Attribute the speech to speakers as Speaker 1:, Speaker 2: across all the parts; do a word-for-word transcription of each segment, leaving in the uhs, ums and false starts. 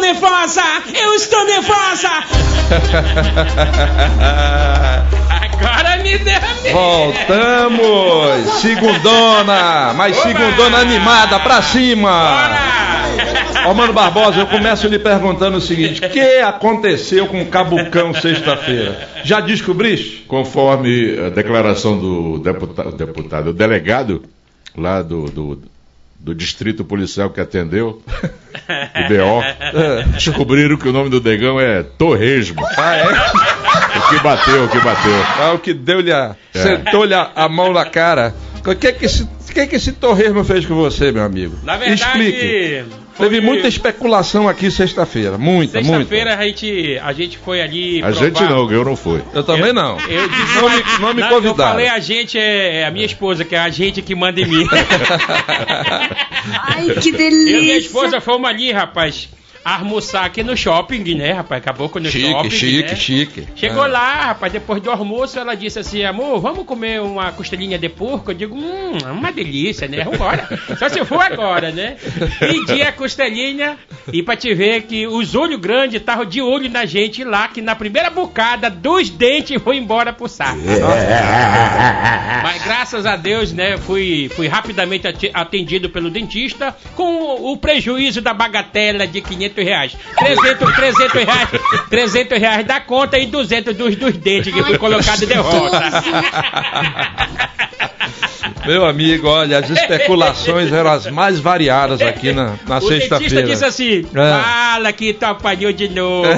Speaker 1: nervosa, eu estou nervosa. Agora me derramei.
Speaker 2: Voltamos, segundona, mas Oba! Segundona animada, pra cima. Ó, Mano Barbosa, eu começo lhe perguntando o seguinte: o que aconteceu com o Cabucão sexta-feira? Já descobriste?
Speaker 3: Conforme a declaração do deputado, deputado o delegado lá do, do, do distrito policial que atendeu, o B O, descobriram que o nome do negão é Torresmo.
Speaker 2: Ah, é?
Speaker 3: O que bateu, o que bateu.
Speaker 2: Ah, o que deu-lhe a... É. Sentou-lhe a, a mão na cara. O que é que esse, o que é que esse Torresmo fez com você, meu amigo?
Speaker 1: Na verdade...
Speaker 2: Explique.
Speaker 1: Foi...
Speaker 2: Teve muita especulação aqui sexta-feira, muita, muita.
Speaker 1: Sexta-feira a gente, a gente foi ali
Speaker 3: A provar... gente não, eu não fui.
Speaker 2: Eu também
Speaker 1: eu,
Speaker 2: não.
Speaker 1: Eu disse,
Speaker 2: não, me, não me convidaram.
Speaker 1: Eu falei a gente, é a minha esposa, que é a gente que manda em mim.
Speaker 4: Ai, que delícia.
Speaker 1: Eu e minha esposa fomos ali, rapaz, almoçar aqui no shopping, né, rapaz? Acabou com no
Speaker 2: chique,
Speaker 1: shopping,
Speaker 2: chique,
Speaker 1: né?
Speaker 2: chique.
Speaker 1: Chegou
Speaker 2: é.
Speaker 1: lá, rapaz, depois do almoço, ela disse assim: amor, vamos comer uma costelinha de porco? Eu digo, hum, uma delícia, né? Vambora. Só se for agora, né? Pedi a costelinha e pra te ver que os olhos grandes estavam de olho na gente lá, que na primeira bocada, dos dentes foi embora pro saco. Mas graças a Deus, né, fui, fui rapidamente atendido pelo dentista com o prejuízo da bagatela de quinhentos reais. trezentos, trezentos reais, trezentos reais da conta e duzentos dos, dos dentes que foi colocado de volta.
Speaker 2: Meu amigo, olha, as especulações eram as mais variadas aqui na, na sexta-feira.
Speaker 1: O dentista disse assim: é. fala que tu apanhou de novo.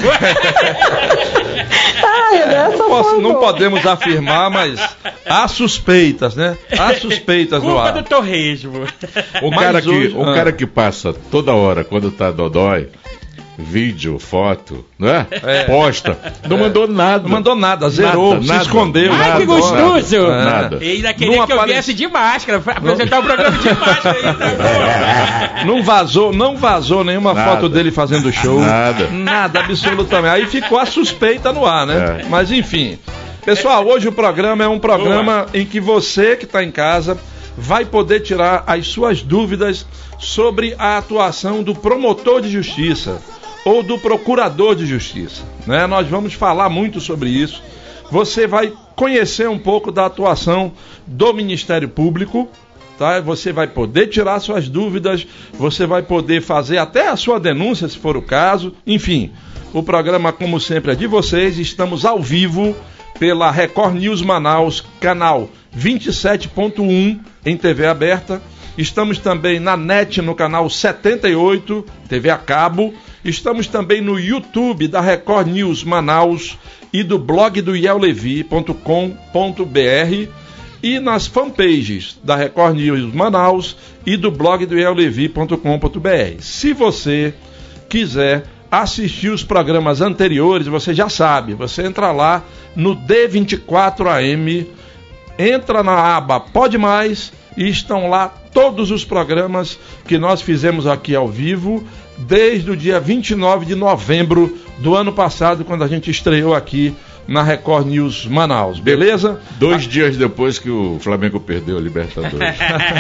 Speaker 2: Ai, não, posso, não podemos afirmar, mas há suspeitas, né? Há suspeitas no ar.
Speaker 1: Culpa do Torresmo.
Speaker 3: O cara, que, hoje, o ah. cara que passa toda hora, quando tá dodói, vídeo, foto, né? É. Posta. Não é. mandou nada.
Speaker 2: Não mandou nada, zerou, nada, se nada, escondeu.
Speaker 1: Ai,
Speaker 2: nada,
Speaker 1: que gostoso!
Speaker 3: Nada. nada.
Speaker 1: E ainda queria não que apare... eu viesse de máscara, apresentar o um programa de máscara aí.
Speaker 2: Não vazou, não vazou nenhuma nada. foto dele fazendo show.
Speaker 3: Nada.
Speaker 2: Nada, absolutamente. Aí ficou a suspeita no ar, né? É. Mas enfim. Pessoal, hoje o programa é um programa Boa. em que você que está em casa vai poder tirar as suas dúvidas sobre a atuação do promotor de justiça ou do procurador de justiça, né? Nós vamos falar muito sobre isso. Você vai conhecer um pouco da atuação do Ministério Público, tá? Você vai poder tirar suas dúvidas, você vai poder fazer até a sua denúncia, se for o caso. Enfim, o programa, como sempre, é de vocês. Estamos ao vivo pela Record News Manaus, canal vinte e sete ponto um em T V aberta. Estamos também na NET, no canal setenta e oito, T V a cabo. Estamos também no YouTube da Record News Manaus e do blog do iel levi ponto com ponto br e nas fanpages da Record News Manaus e do blog do iel levi ponto com ponto br. Se você quiser assistir os programas anteriores, você já sabe, você entra lá no D vinte e quatro A M, entra na aba Pode Mais e estão lá todos os programas que nós fizemos aqui ao vivo desde o dia vinte e nove de novembro do ano passado, quando a gente estreou aqui na Record News Manaus, beleza?
Speaker 3: Dois ah. dias depois que o Flamengo perdeu a Libertadores.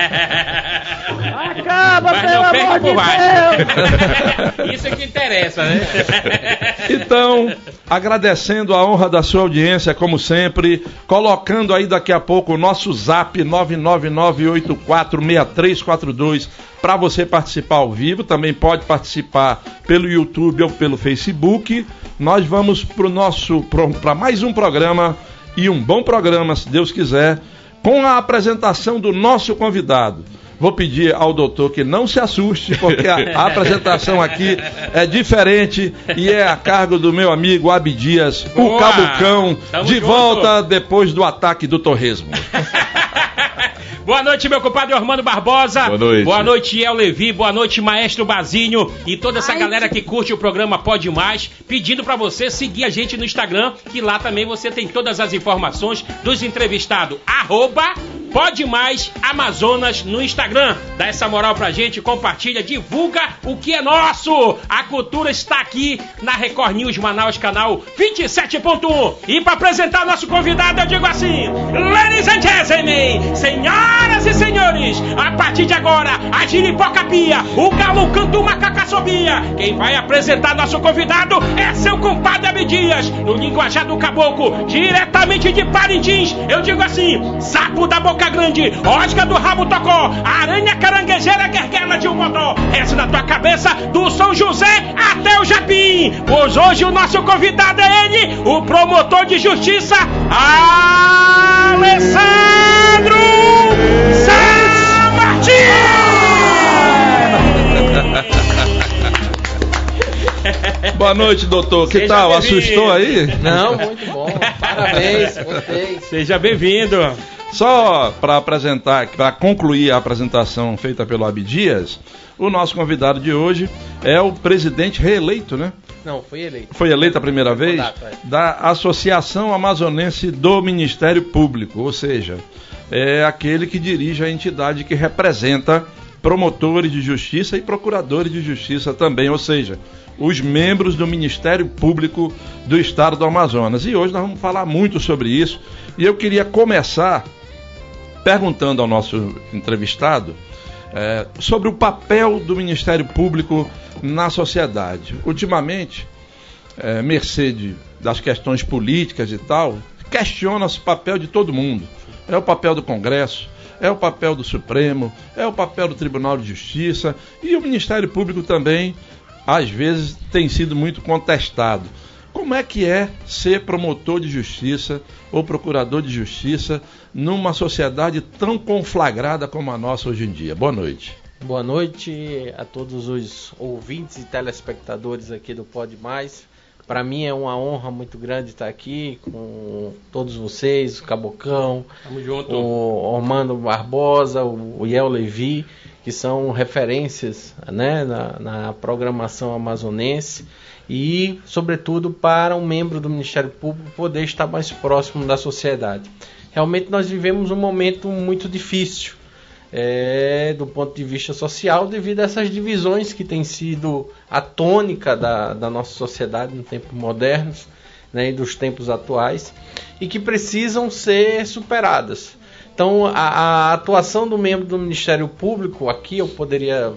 Speaker 4: Acaba,
Speaker 1: mas
Speaker 4: pelo
Speaker 1: não perde
Speaker 4: amor
Speaker 1: por
Speaker 4: de
Speaker 1: baixo. Isso é que interessa, né?
Speaker 2: Então, agradecendo a honra da sua audiência, como sempre, colocando aí daqui a pouco o nosso zap nove nove nove oito quatro seis três quatro dois para você participar ao vivo. Também pode participar pelo YouTube ou pelo Facebook. Nós vamos para o nosso para mais um programa, e um bom programa, se Deus quiser, com a apresentação do nosso convidado. Vou pedir ao doutor que não se assuste, porque a, a apresentação aqui é diferente e é a cargo do meu amigo Abdias, o Cabucão, de junto. Volta depois do ataque do Torresmo.
Speaker 1: Boa noite, meu compadre Armando Barbosa.
Speaker 3: Boa noite.
Speaker 1: Boa noite, Iel Levi. Boa noite, Maestro Bazinho. E toda essa
Speaker 4: Ai,
Speaker 1: galera que curte o programa Pode Mais. Pedindo pra você seguir a gente no Instagram, que lá também você tem todas as informações dos entrevistados. Arroba Pode Mais Amazonas no Instagram. Dá essa moral pra gente, compartilha, divulga o que é nosso. A cultura está aqui na Record News Manaus, canal vinte e sete ponto um. E pra apresentar o nosso convidado, eu digo assim: Ladies and gentlemen, senhoras e senhores, senhores, a partir de agora, a giripoca pia, o galo canta uma cacassobia. Quem vai apresentar nosso convidado é seu compadre Abdias, no linguajar do caboclo, diretamente de Parintins. Eu digo assim: sapo da boca grande, osca do rabo tocó, aranha caranguejeira guerguela de um modó, essa na tua cabeça, do São José até o Japim. Pois hoje o nosso convidado é ele, o promotor de justiça, Alessandro San Martín.
Speaker 2: Boa noite, doutor. Que
Speaker 1: Seja
Speaker 2: tal?
Speaker 1: bem-vindo.
Speaker 2: Assustou aí?
Speaker 4: Não, muito bom. Parabéns, gostei.
Speaker 1: Seja bem-vindo.
Speaker 2: Só para apresentar, para concluir a apresentação feita pelo Abdias, o nosso convidado de hoje é o presidente reeleito, né?
Speaker 4: Não, foi eleito.
Speaker 2: Foi eleito a primeira vez
Speaker 4: Mandato, é.
Speaker 2: da Associação Amazonense do Ministério Público, ou seja, é aquele que dirige a entidade que representa promotores de justiça e procuradores de justiça também, ou seja, os membros do Ministério Público do Estado do Amazonas. E hoje nós vamos falar muito sobre isso. E eu queria começar perguntando ao nosso entrevistado é, sobre o papel do Ministério Público na sociedade. Ultimamente, é, mercê das questões políticas e tal, questiona-se o papel de todo mundo. É o papel do Congresso, é o papel do Supremo, é o papel do Tribunal de Justiça, e o Ministério Público também, às vezes, tem sido muito contestado. Como é que é ser promotor de justiça ou procurador de justiça numa sociedade tão conflagrada como a nossa hoje em dia? Boa noite.
Speaker 4: Boa noite a todos os ouvintes e telespectadores aqui do Pode Mais. Para mim é uma honra muito grande estar aqui com todos vocês, o Cabocão,
Speaker 1: Tamo junto.
Speaker 4: o Ormando Barbosa, o Iel Levi, que são referências, né, na, na programação amazonense e, sobretudo, para um membro do Ministério Público poder estar mais próximo da sociedade. Realmente nós vivemos um momento muito difícil, É, do ponto de vista social, devido a essas divisões que têm sido a tônica da, da nossa sociedade no tempo modernos, né, e dos tempos atuais, e que precisam ser superadas. Então, a, a atuação do membro do Ministério Público, aqui eu poderia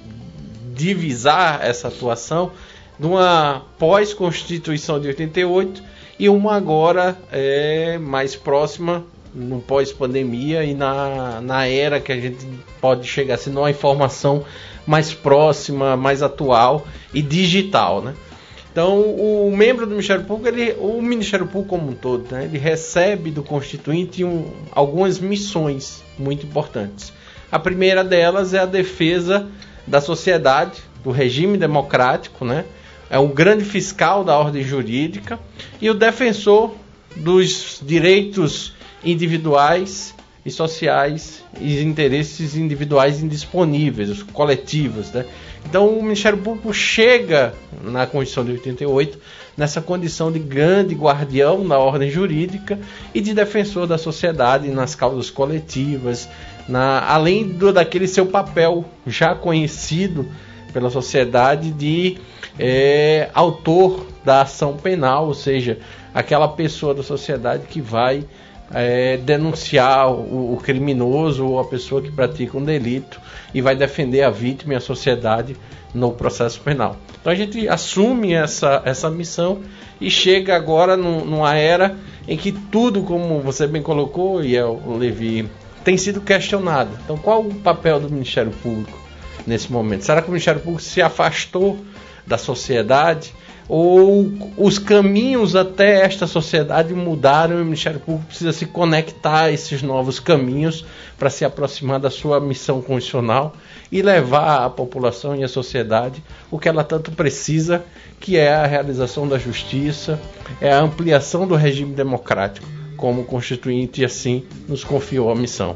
Speaker 4: divisar essa atuação de uma pós-Constituição de oitenta e oito e uma agora é, mais próxima, no pós-pandemia e na, na era que a gente pode chegar assim, numa informação mais próxima, mais atual e digital, né? Então, o membro do Ministério Público, ele, o Ministério Público como um todo, né, ele recebe do Constituinte um, algumas missões muito importantes. A primeira delas é a defesa da sociedade, do regime democrático, né? É um grande fiscal da ordem jurídica e o defensor dos direitos individuais e sociais e interesses individuais indisponíveis, os coletivos, né? Então o Ministério Público chega na Constituição de oitenta e oito nessa condição de grande guardião da ordem jurídica e de defensor da sociedade nas causas coletivas, na, além do, daquele seu papel já conhecido pela sociedade de é, autor da ação penal, ou seja, aquela pessoa da sociedade que vai É, denunciar o, o criminoso ou a pessoa que pratica um delito e vai defender a vítima e a sociedade no processo penal. Então a gente assume essa, essa missão e chega agora no, numa era em que tudo, como você bem colocou, e o Levi, tem sido questionado. Então qual o papel do Ministério Público nesse momento? Será que o Ministério Público se afastou da sociedade? Ou os caminhos até esta sociedade mudaram e o Ministério Público precisa se conectar a esses novos caminhos para se aproximar da sua missão constitucional e levar à população e à sociedade o que ela tanto precisa, que é a realização da justiça, é a ampliação do regime democrático, como o Constituinte assim nos confiou a missão.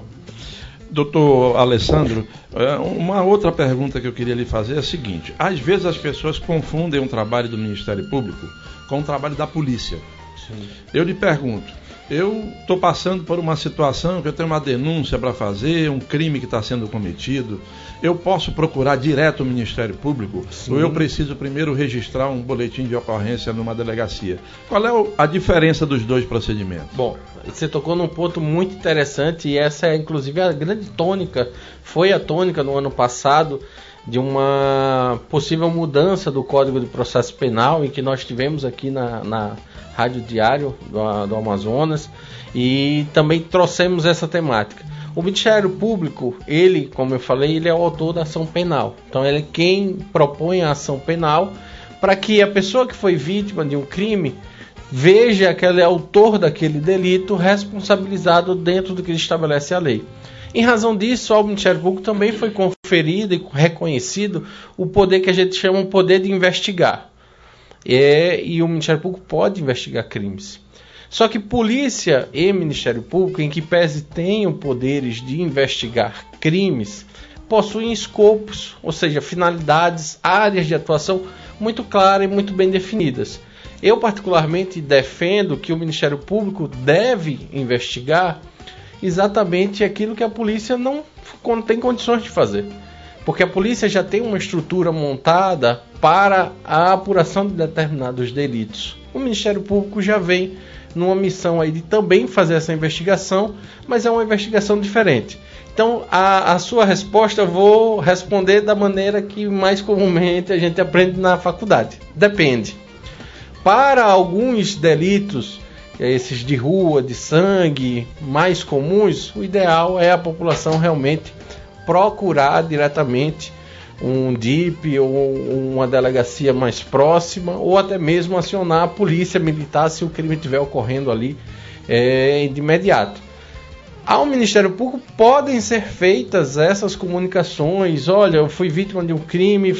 Speaker 2: Doutor Alessandro, uma outra pergunta que eu queria lhe fazer é a seguinte: às vezes as pessoas confundem o trabalho do Ministério Público com o trabalho da polícia. Sim. Eu lhe pergunto, eu estou passando por uma situação que eu tenho uma denúncia para fazer, um crime que está sendo cometido, eu posso procurar direto o Ministério Público? Sim. Ou eu preciso primeiro registrar um boletim de ocorrência numa delegacia? Qual é a diferença dos dois procedimentos?
Speaker 4: Bom, você tocou num ponto muito interessante e essa é inclusive a grande tônica, foi a tônica no ano passado de uma possível mudança do Código de Processo Penal em que nós tivemos aqui na, na Rádio Diário do, do Amazonas e também trouxemos essa temática. O Ministério Público, ele, como eu falei, ele é o autor da ação penal. Então ele é quem propõe a ação penal para que a pessoa que foi vítima de um crime veja que ele é autor daquele delito responsabilizado dentro do que estabelece a lei. Em razão disso, ao Ministério Público também foi conferido e reconhecido o poder que a gente chama de poder de investigar. É, e o Ministério Público pode investigar crimes. Só que polícia e Ministério Público, em que pese tenham poderes de investigar crimes, possuem escopos, ou seja, finalidades, áreas de atuação muito claras e muito bem definidas. Eu particularmente defendo que o Ministério Público deve investigar exatamente aquilo que a polícia não tem condições de fazer. Porque a polícia já tem uma estrutura montada para a apuração de determinados delitos. O Ministério Público já vem numa missão aí de também fazer essa investigação, mas é uma investigação diferente. Então, a, a sua resposta eu vou responder da maneira que mais comumente a gente aprende na faculdade. Depende. Para alguns delitos, esses de rua, de sangue, mais comuns, o ideal é a população realmente procurar diretamente um D I P ou uma delegacia mais próxima, ou até mesmo acionar a polícia militar se o crime estiver ocorrendo ali é, de imediato. Ao Ministério Público podem ser feitas essas comunicações: olha, eu fui vítima de um crime,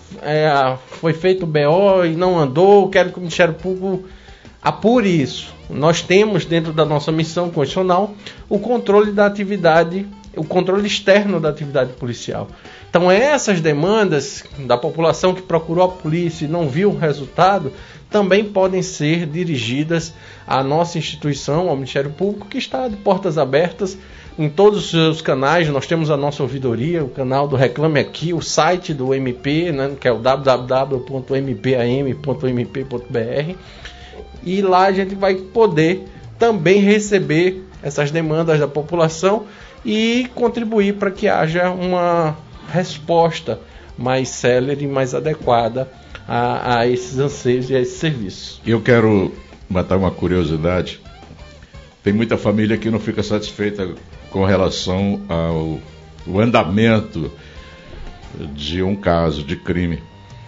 Speaker 4: é, foi feito o B O e não andou, quero que o Ministério Público apure isso. Nós temos dentro da nossa missão constitucional o controle da atividade, o controle externo da atividade policial. Então essas demandas da população que procurou a polícia e não viu o resultado também podem ser dirigidas à nossa instituição, ao Ministério Público, que está de portas abertas em todos os seus canais. Nós temos a nossa ouvidoria, o canal do Reclame Aqui, o site do M P, né, que é o w w w ponto m p a m ponto m p ponto b r, e lá a gente vai poder também receber essas demandas da população e contribuir para que haja uma resposta mais célere e mais adequada a, a esses anseios e a esses serviços.
Speaker 3: Eu quero matar uma curiosidade. Tem muita família que não fica satisfeita com relação ao, ao andamento de um caso de crime.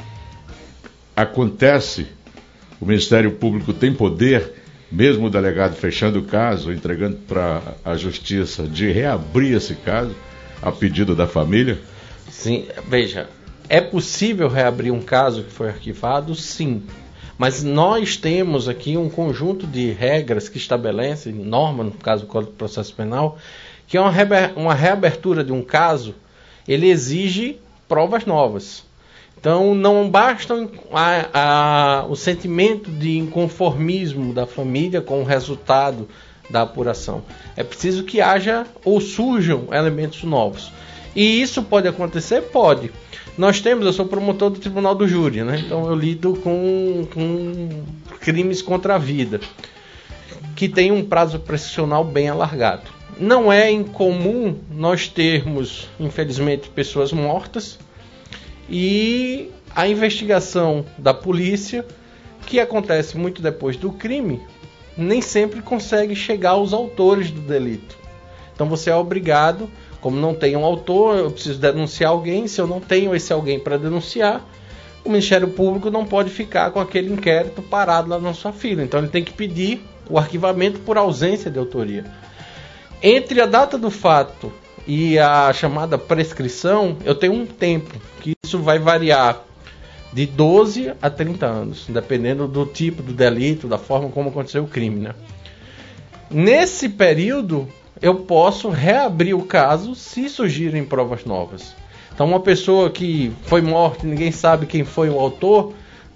Speaker 3: Acontece, o Ministério Público tem poder, mesmo o delegado fechando o caso, entregando para a Justiça, de reabrir esse caso a pedido da família?
Speaker 4: Sim, veja, é possível reabrir um caso que foi arquivado? Sim. Mas nós temos aqui um conjunto de regras que estabelecem, norma, no caso do Código de Processo Penal, que é uma, reaber, uma reabertura de um caso, ele exige provas novas. Então não basta a, a, o sentimento de inconformismo da família com o resultado da apuração. É preciso que haja ou surjam elementos novos. E isso pode acontecer? Pode. Nós temos, eu sou promotor do Tribunal do Júri, né? Então eu lido com, com crimes contra a vida, que tem um prazo prescricional bem alargado. Não é incomum nós termos, infelizmente, pessoas mortas e a investigação da polícia, que acontece muito depois do crime, nem sempre consegue chegar aos autores do delito. Então você é obrigado, como não tem um autor, eu preciso denunciar alguém. Se eu não tenho esse alguém para denunciar, o Ministério Público não pode ficar com aquele inquérito parado lá na sua fila. Então ele tem que pedir o arquivamento por ausência de autoria. Entre a data do fato e a chamada prescrição, eu tenho um tempo, que isso vai variar de doze a trinta anos, dependendo do tipo do delito, da forma como aconteceu o crime, né? Nesse período, eu posso reabrir o caso se surgirem provas novas. Então, uma pessoa que foi morta e ninguém sabe quem foi o autor,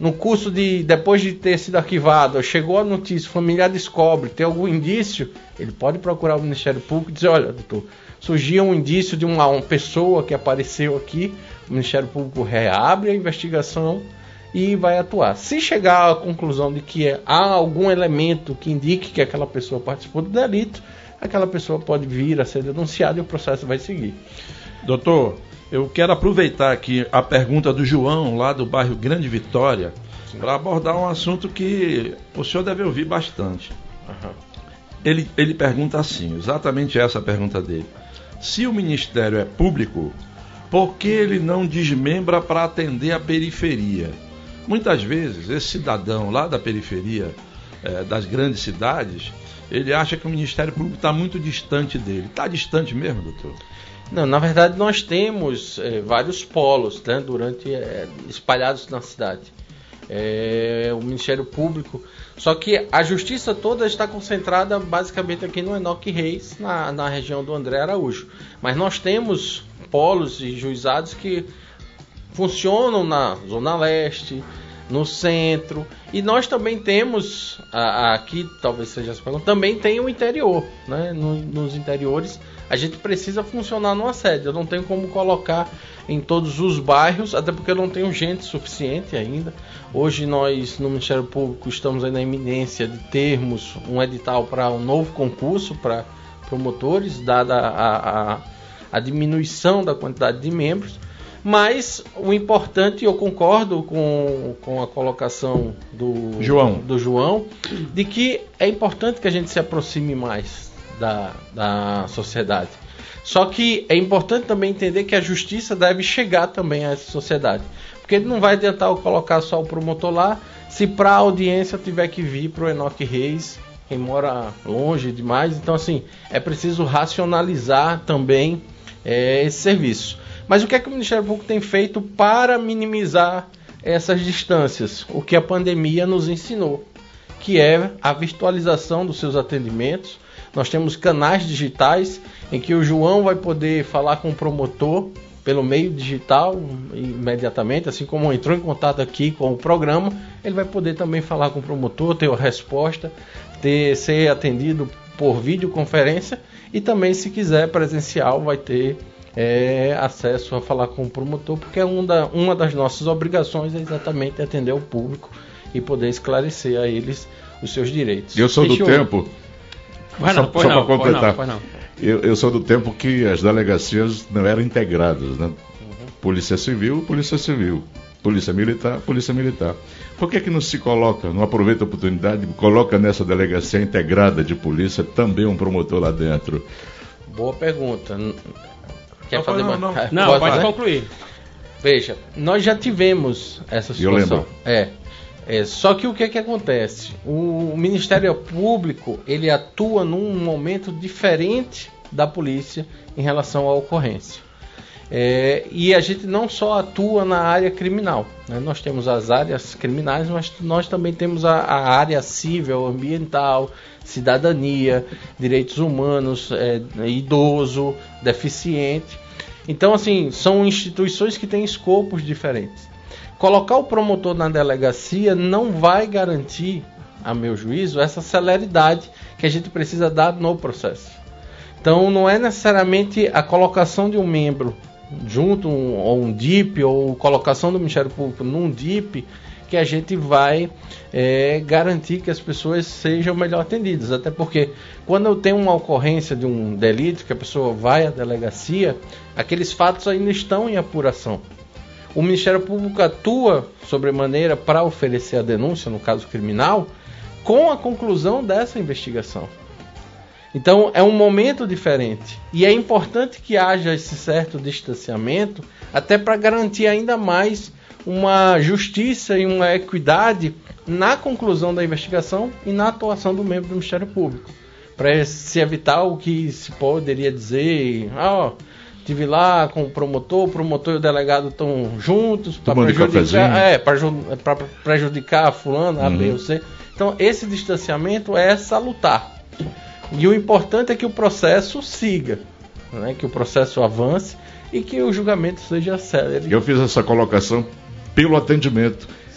Speaker 4: no curso de, depois de ter sido arquivado, chegou a notícia, o familiar descobre, tem algum indício, ele pode procurar o Ministério Público e dizer, olha, doutor, surgiu um indício de uma, uma pessoa que apareceu aqui, o Ministério Público reabre a investigação e vai atuar. Se chegar à conclusão de que há algum elemento que indique que aquela pessoa participou do delito, aquela pessoa pode vir a ser denunciada e o processo vai seguir.
Speaker 2: Doutor, eu quero aproveitar aqui a pergunta do João, lá do bairro Grande Vitória, para abordar um assunto que o senhor deve ouvir bastante.
Speaker 4: Uhum.
Speaker 2: Ele, ele pergunta assim, exatamente essa a pergunta dele. Se o Ministério é público, por que ele não desmembra para atender a periferia? Muitas vezes, esse cidadão lá da periferia, é, das grandes cidades, ele acha que o Ministério Público está muito distante dele. Está distante mesmo, doutor?
Speaker 4: Não, na verdade nós temos é, vários polos, né, durante, é, espalhados na cidade. É, o Ministério Público, só que a justiça toda está concentrada basicamente aqui no Enoque Reis, na, na região do André Araújo. Mas nós temos polos e juizados que funcionam na Zona Leste, no centro, e nós também temos, a, a, aqui talvez seja essa pergunta, também tem o interior, né? No, nos interiores a gente precisa funcionar numa sede, eu não tenho como colocar em todos os bairros, até porque eu não tenho gente suficiente ainda. Hoje nós no Ministério Público estamos aí na iminência de termos um edital para um novo concurso para promotores, dada a, a, a diminuição da quantidade de membros. Mas o importante, eu concordo com, com a colocação do
Speaker 2: João.
Speaker 4: do João, de que é importante que a gente se aproxime mais da, da sociedade. Só que é importante também entender que a justiça deve chegar também a essa sociedade. Porque não vai adiantar eu colocar só o promotor lá, se para a audiência eu tiver que vir para o Enoque Reis, quem mora longe demais. Então, assim, é preciso racionalizar também é, esse serviço. Mas o que é que o Ministério Público tem feito para minimizar essas distâncias? O que a pandemia nos ensinou, que é a virtualização dos seus atendimentos. Nós temos canais digitais em que o João vai poder falar com o promotor pelo meio digital imediatamente, assim como entrou em contato aqui com o programa, ele vai poder também falar com o promotor, ter a resposta, ter, ser atendido por videoconferência e também, se quiser, presencial, vai ter É, acesso a falar com o promotor, porque é um da, uma das nossas obrigações é exatamente atender o público e poder esclarecer a eles os seus direitos.
Speaker 3: Eu sou
Speaker 4: Deixa
Speaker 3: do
Speaker 4: eu...
Speaker 3: tempo,
Speaker 1: Pois
Speaker 3: só,
Speaker 1: não, pois
Speaker 3: só
Speaker 1: não,
Speaker 3: para completar,
Speaker 1: pois não, pois não.
Speaker 3: Eu, eu sou do tempo que as delegacias não eram integradas, né? Uhum. Polícia Civil, Polícia Civil, Polícia Militar, Polícia Militar. Por que que não se coloca, não aproveita a oportunidade, coloca nessa delegacia integrada de polícia também um promotor lá dentro?
Speaker 4: Boa pergunta. Quer
Speaker 2: Não,
Speaker 4: fazer
Speaker 2: não,
Speaker 4: uma...
Speaker 2: não.
Speaker 1: Não,
Speaker 4: Pode,
Speaker 1: pode
Speaker 4: né?
Speaker 1: concluir.
Speaker 4: Veja, nós já tivemos essa
Speaker 3: Eu
Speaker 4: situação.
Speaker 3: lembro.
Speaker 4: É, é, só que o que é que acontece? O Ministério Público, ele atua num momento diferente da polícia em relação à ocorrência. É, e a gente não só atua na área criminal, né? Nós temos as áreas criminais, mas nós também temos a, a área civil, ambiental, cidadania, direitos humanos, é, idoso, deficiente. Então, assim, são instituições que têm escopos diferentes. Colocar o promotor na delegacia não vai garantir, a meu juízo, essa celeridade que a gente precisa dar no processo. Então, não é necessariamente a colocação de um membro junto um, ou um D I P, ou colocação do Ministério Público num D I P, que a gente vai é, garantir que as pessoas sejam melhor atendidas. Até porque quando eu tenho uma ocorrência de um delito, que a pessoa vai à delegacia, aqueles fatos ainda estão em apuração. O Ministério Público atua sobremaneira para oferecer a denúncia, no caso criminal, com a conclusão dessa investigação. Então é um momento diferente e é importante que haja esse certo distanciamento, até para garantir ainda mais uma justiça e uma equidade na conclusão da investigação e na atuação do membro do Ministério Público, para se evitar o que se poderia dizer, ah, ó, estive lá com o promotor, o promotor e o delegado estão juntos para prejudicar, é, para prejudicar fulano, A, uhum. B ou C. Então esse distanciamento é salutar. E o importante é que o processo siga, né? Que o processo avance e que o julgamento seja célere.
Speaker 3: Eu fiz essa colocação pelo atendimento.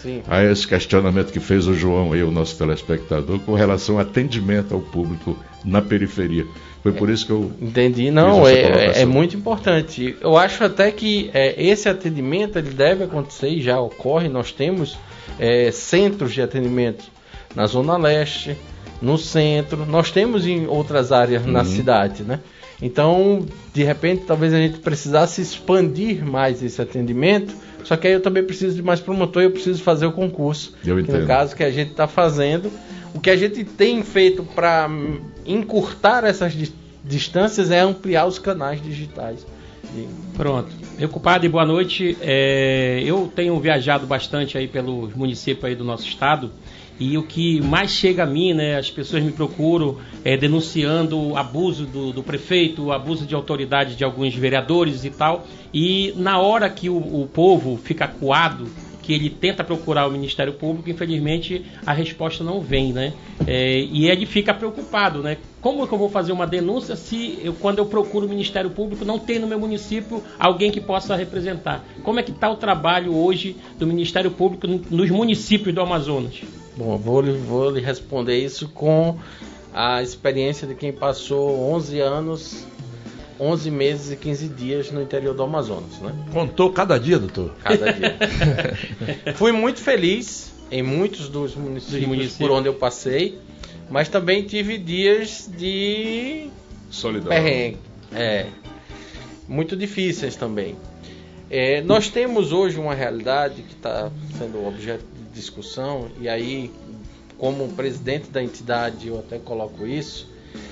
Speaker 3: Sim. A esse questionamento que fez o João aí, o nosso telespectador, com relação ao atendimento ao público na periferia. Foi por isso que eu...
Speaker 4: Entendi. Não, é, é muito importante. Eu acho até que é, esse atendimento ele deve acontecer e já ocorre. Nós temos é, centros de atendimento na Zona Leste, no centro. Nós temos em outras áreas uhum. na cidade, né? Então, de repente, talvez a gente precisasse expandir mais esse atendimento. Só que aí eu também preciso de mais promotor e eu preciso fazer o concurso.
Speaker 3: Eu entendo.
Speaker 4: Que no caso que a gente está fazendo... O que a gente tem feito para encurtar essas di- distâncias é ampliar os canais digitais.
Speaker 1: E... Pronto. Meu compadre, boa noite. É, eu tenho viajado bastante aí pelos municípios aí do nosso estado e o que mais chega a mim, né, as pessoas me procuram é, denunciando o abuso do, do prefeito, o abuso de autoridade de alguns vereadores e tal. E na hora que o, o povo fica acuado, que ele tenta procurar o Ministério Público, infelizmente a resposta não vem, né? É, e ele fica preocupado, né? Como que eu vou fazer uma denúncia se eu, quando eu procuro o Ministério Público não tem no meu município alguém que possa representar? Como é que está o trabalho hoje do Ministério Público nos municípios do Amazonas?
Speaker 4: Bom, eu vou, vou lhe responder isso com a experiência de quem passou onze anos... onze meses e quinze dias no interior do Amazonas, né?
Speaker 2: Contou cada dia, doutor?
Speaker 4: Cada dia. Fui muito feliz em muitos dos municípios, dos municípios por onde eu passei, mas também tive dias de
Speaker 3: solidão.
Speaker 4: Perrengue. É, muito difíceis também. É, nós temos hoje uma realidade que está sendo objeto de discussão, e aí, como presidente da entidade, eu até coloco isso.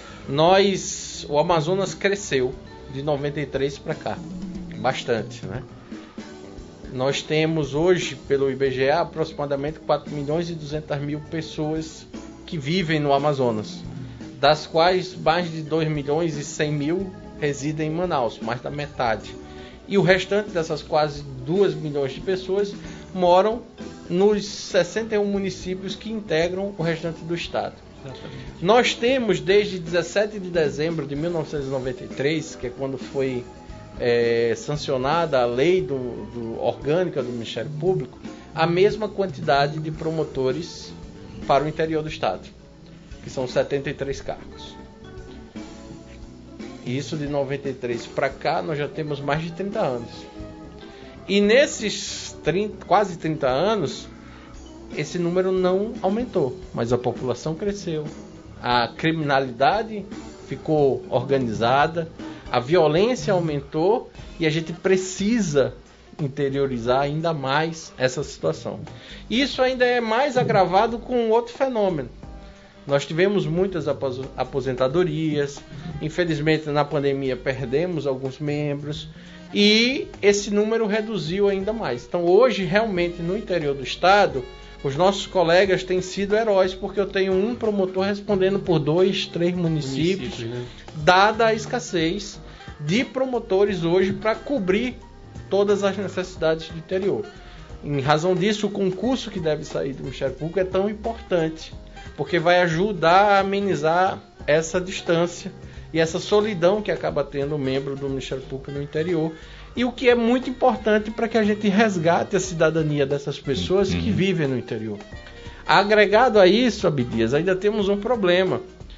Speaker 4: Nós, o Amazonas cresceu de noventa e três para cá, bastante, né? Nós temos hoje, pelo I B G A, aproximadamente quatro milhões e duzentas mil pessoas que vivem no Amazonas, das quais mais de dois milhões e cem mil residem em Manaus, mais da metade. E o restante dessas quase dois milhões de pessoas moram nos sessenta e um municípios que integram o restante do estado. Nós temos desde dezessete de dezembro de mil novecentos e noventa e três, que é quando foi é, sancionada a lei do, do, orgânica do Ministério Público, a mesma quantidade de promotores para o interior do estado, que são setenta e três cargos. Isso de noventa e três para cá nós já temos mais de trinta anos. E nesses trinta, quase trinta anos, esse número não aumentou, mas a população cresceu, a criminalidade ficou organizada, a violência aumentou e a gente precisa interiorizar ainda mais essa situação. Isso ainda é mais agravado com outro fenômeno. Nós tivemos muitas aposentadorias, infelizmente na pandemia perdemos alguns membros e esse número reduziu ainda mais. Então hoje realmente no interior do estado os nossos colegas têm sido heróis, porque eu tenho um promotor respondendo por dois, três municípios, municípios né? Dada a escassez de promotores hoje para cobrir todas as necessidades do interior. Em razão disso, o concurso que deve sair do Ministério Público é tão importante, porque vai ajudar a amenizar essa distância e essa solidão que acaba tendo o membro do Ministério Público no interior. E o que é muito importante para que a gente resgate a cidadania dessas pessoas que vivem no interior. Agregado a isso, Abdias, ainda temos um problema.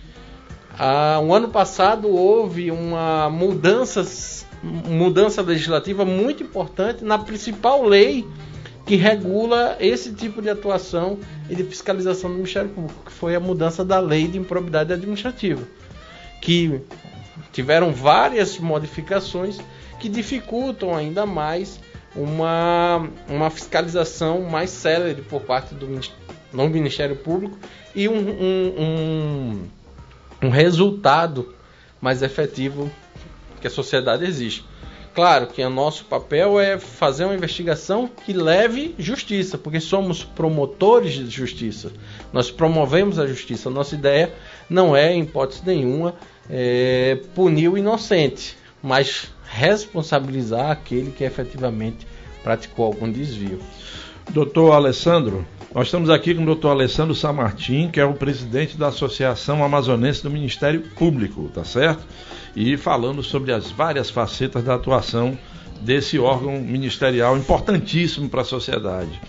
Speaker 4: Ah, um ano passado houve uma mudança, mudança legislativa muito importante na principal lei que regula esse tipo de atuação e de fiscalização do Ministério Público, que foi a mudança da lei de improbidade administrativa, que tiveram várias modificações que dificultam ainda mais uma, uma fiscalização mais célere por parte do, do Ministério Público e um, um, um, um resultado mais efetivo que a sociedade exige. Claro que o nosso papel é fazer uma investigação que leve justiça, porque somos promotores de justiça. Nós promovemos a justiça. A nossa ideia não é, em hipótese nenhuma, é, punir o inocente, mas responsabilizar aquele que efetivamente praticou algum desvio.
Speaker 2: Doutor Alessandro, nós estamos aqui com o doutor Alessandro Samartim, que é o presidente da Associação Amazonense do Ministério Público, tá certo? E falando sobre as várias facetas da atuação desse órgão ministerial importantíssimo para a sociedade.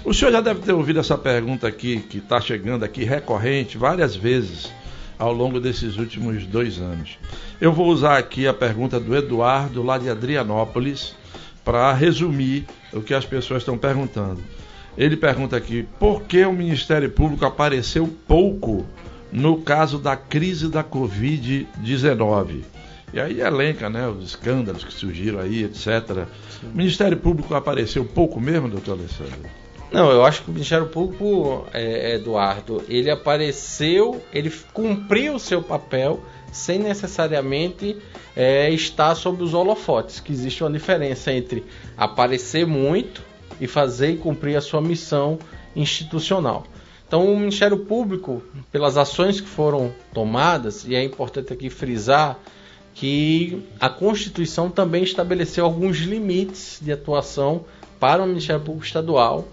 Speaker 2: O senhor já deve ter ouvido essa pergunta aqui, que está chegando aqui recorrente várias vezes ao longo desses últimos dois anos. Eu vou usar aqui a pergunta do Eduardo, lá de Adrianópolis, para resumir o que as pessoas estão perguntando. Ele pergunta aqui, por que o Ministério Público apareceu pouco no caso da crise da covid dezenove? E aí elenca, né, os escândalos que surgiram aí, etcétera. O Ministério Público apareceu pouco mesmo, doutor Alessandro?
Speaker 4: Não, eu acho que o Ministério Público, é, Eduardo, ele apareceu, ele cumpriu o seu papel sem necessariamente é, estar sob os holofotes, que existe uma diferença entre aparecer muito e fazer e cumprir a sua missão institucional. Então o Ministério Público, pelas ações que foram tomadas, e é importante aqui frisar que a Constituição também estabeleceu alguns limites de atuação para o Ministério Público Estadual,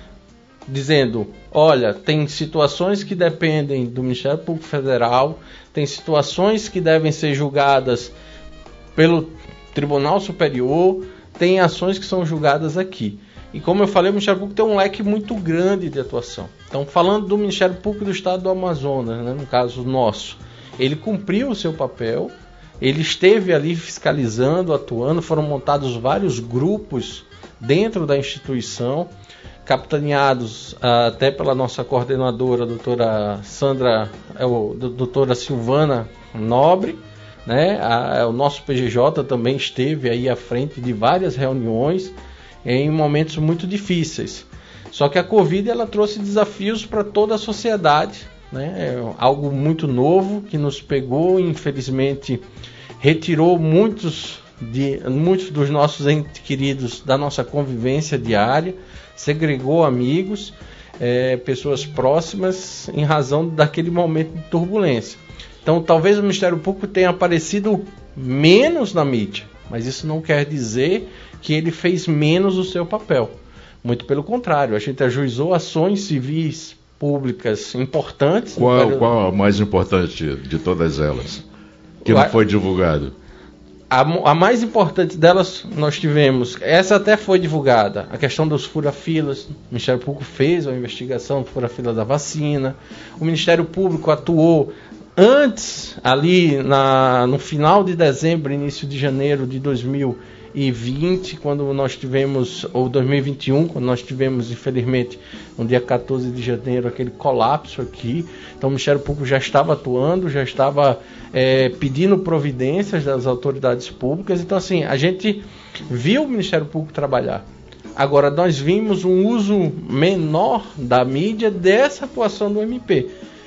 Speaker 4: dizendo, olha, tem situações que dependem do Ministério Público Federal, tem situações que devem ser julgadas pelo Tribunal Superior, tem ações que são julgadas aqui. E como eu falei, o Ministério Público tem um leque muito grande de atuação. Então, falando do Ministério Público do Estado do Amazonas, né, no caso nosso, ele cumpriu o seu papel, ele esteve ali fiscalizando, atuando, foram montados vários grupos dentro da instituição, capitaneados uh, até pela nossa coordenadora, a doutora Sandra, é, o, doutora Silvana Nobre, né? A, o nosso P G J também esteve aí à frente de várias reuniões em momentos muito difíceis. Só que a Covid ela trouxe desafios para toda a sociedade, né? É algo muito novo que nos pegou, infelizmente retirou muitos, de, muitos dos nossos entes queridos da nossa convivência diária, segregou amigos, é, pessoas próximas em razão daquele momento de turbulência. Então talvez o Ministério Público tenha aparecido menos na mídia, mas isso não quer dizer que ele fez menos o seu papel. Muito pelo contrário, a gente ajuizou ações civis públicas importantes.
Speaker 3: Qual, qual a mais importante de todas elas? Que não foi divulgado?
Speaker 4: A, a mais importante delas nós tivemos, essa até foi divulgada, a questão dos fura-filas. O Ministério Público fez uma investigação do fura-fila da vacina. O Ministério Público atuou antes, ali na, no final de dezembro, início de janeiro de dois mil e vinte, quando nós tivemos, ou dois mil e vinte e um, quando nós tivemos, infelizmente, no dia quatorze de janeiro, aquele colapso aqui. Então o Ministério Público já estava atuando, já estava é, pedindo providências das autoridades públicas. Então, assim, a gente viu o Ministério Público trabalhar. Agora, nós vimos um uso menor da mídia dessa atuação do M P.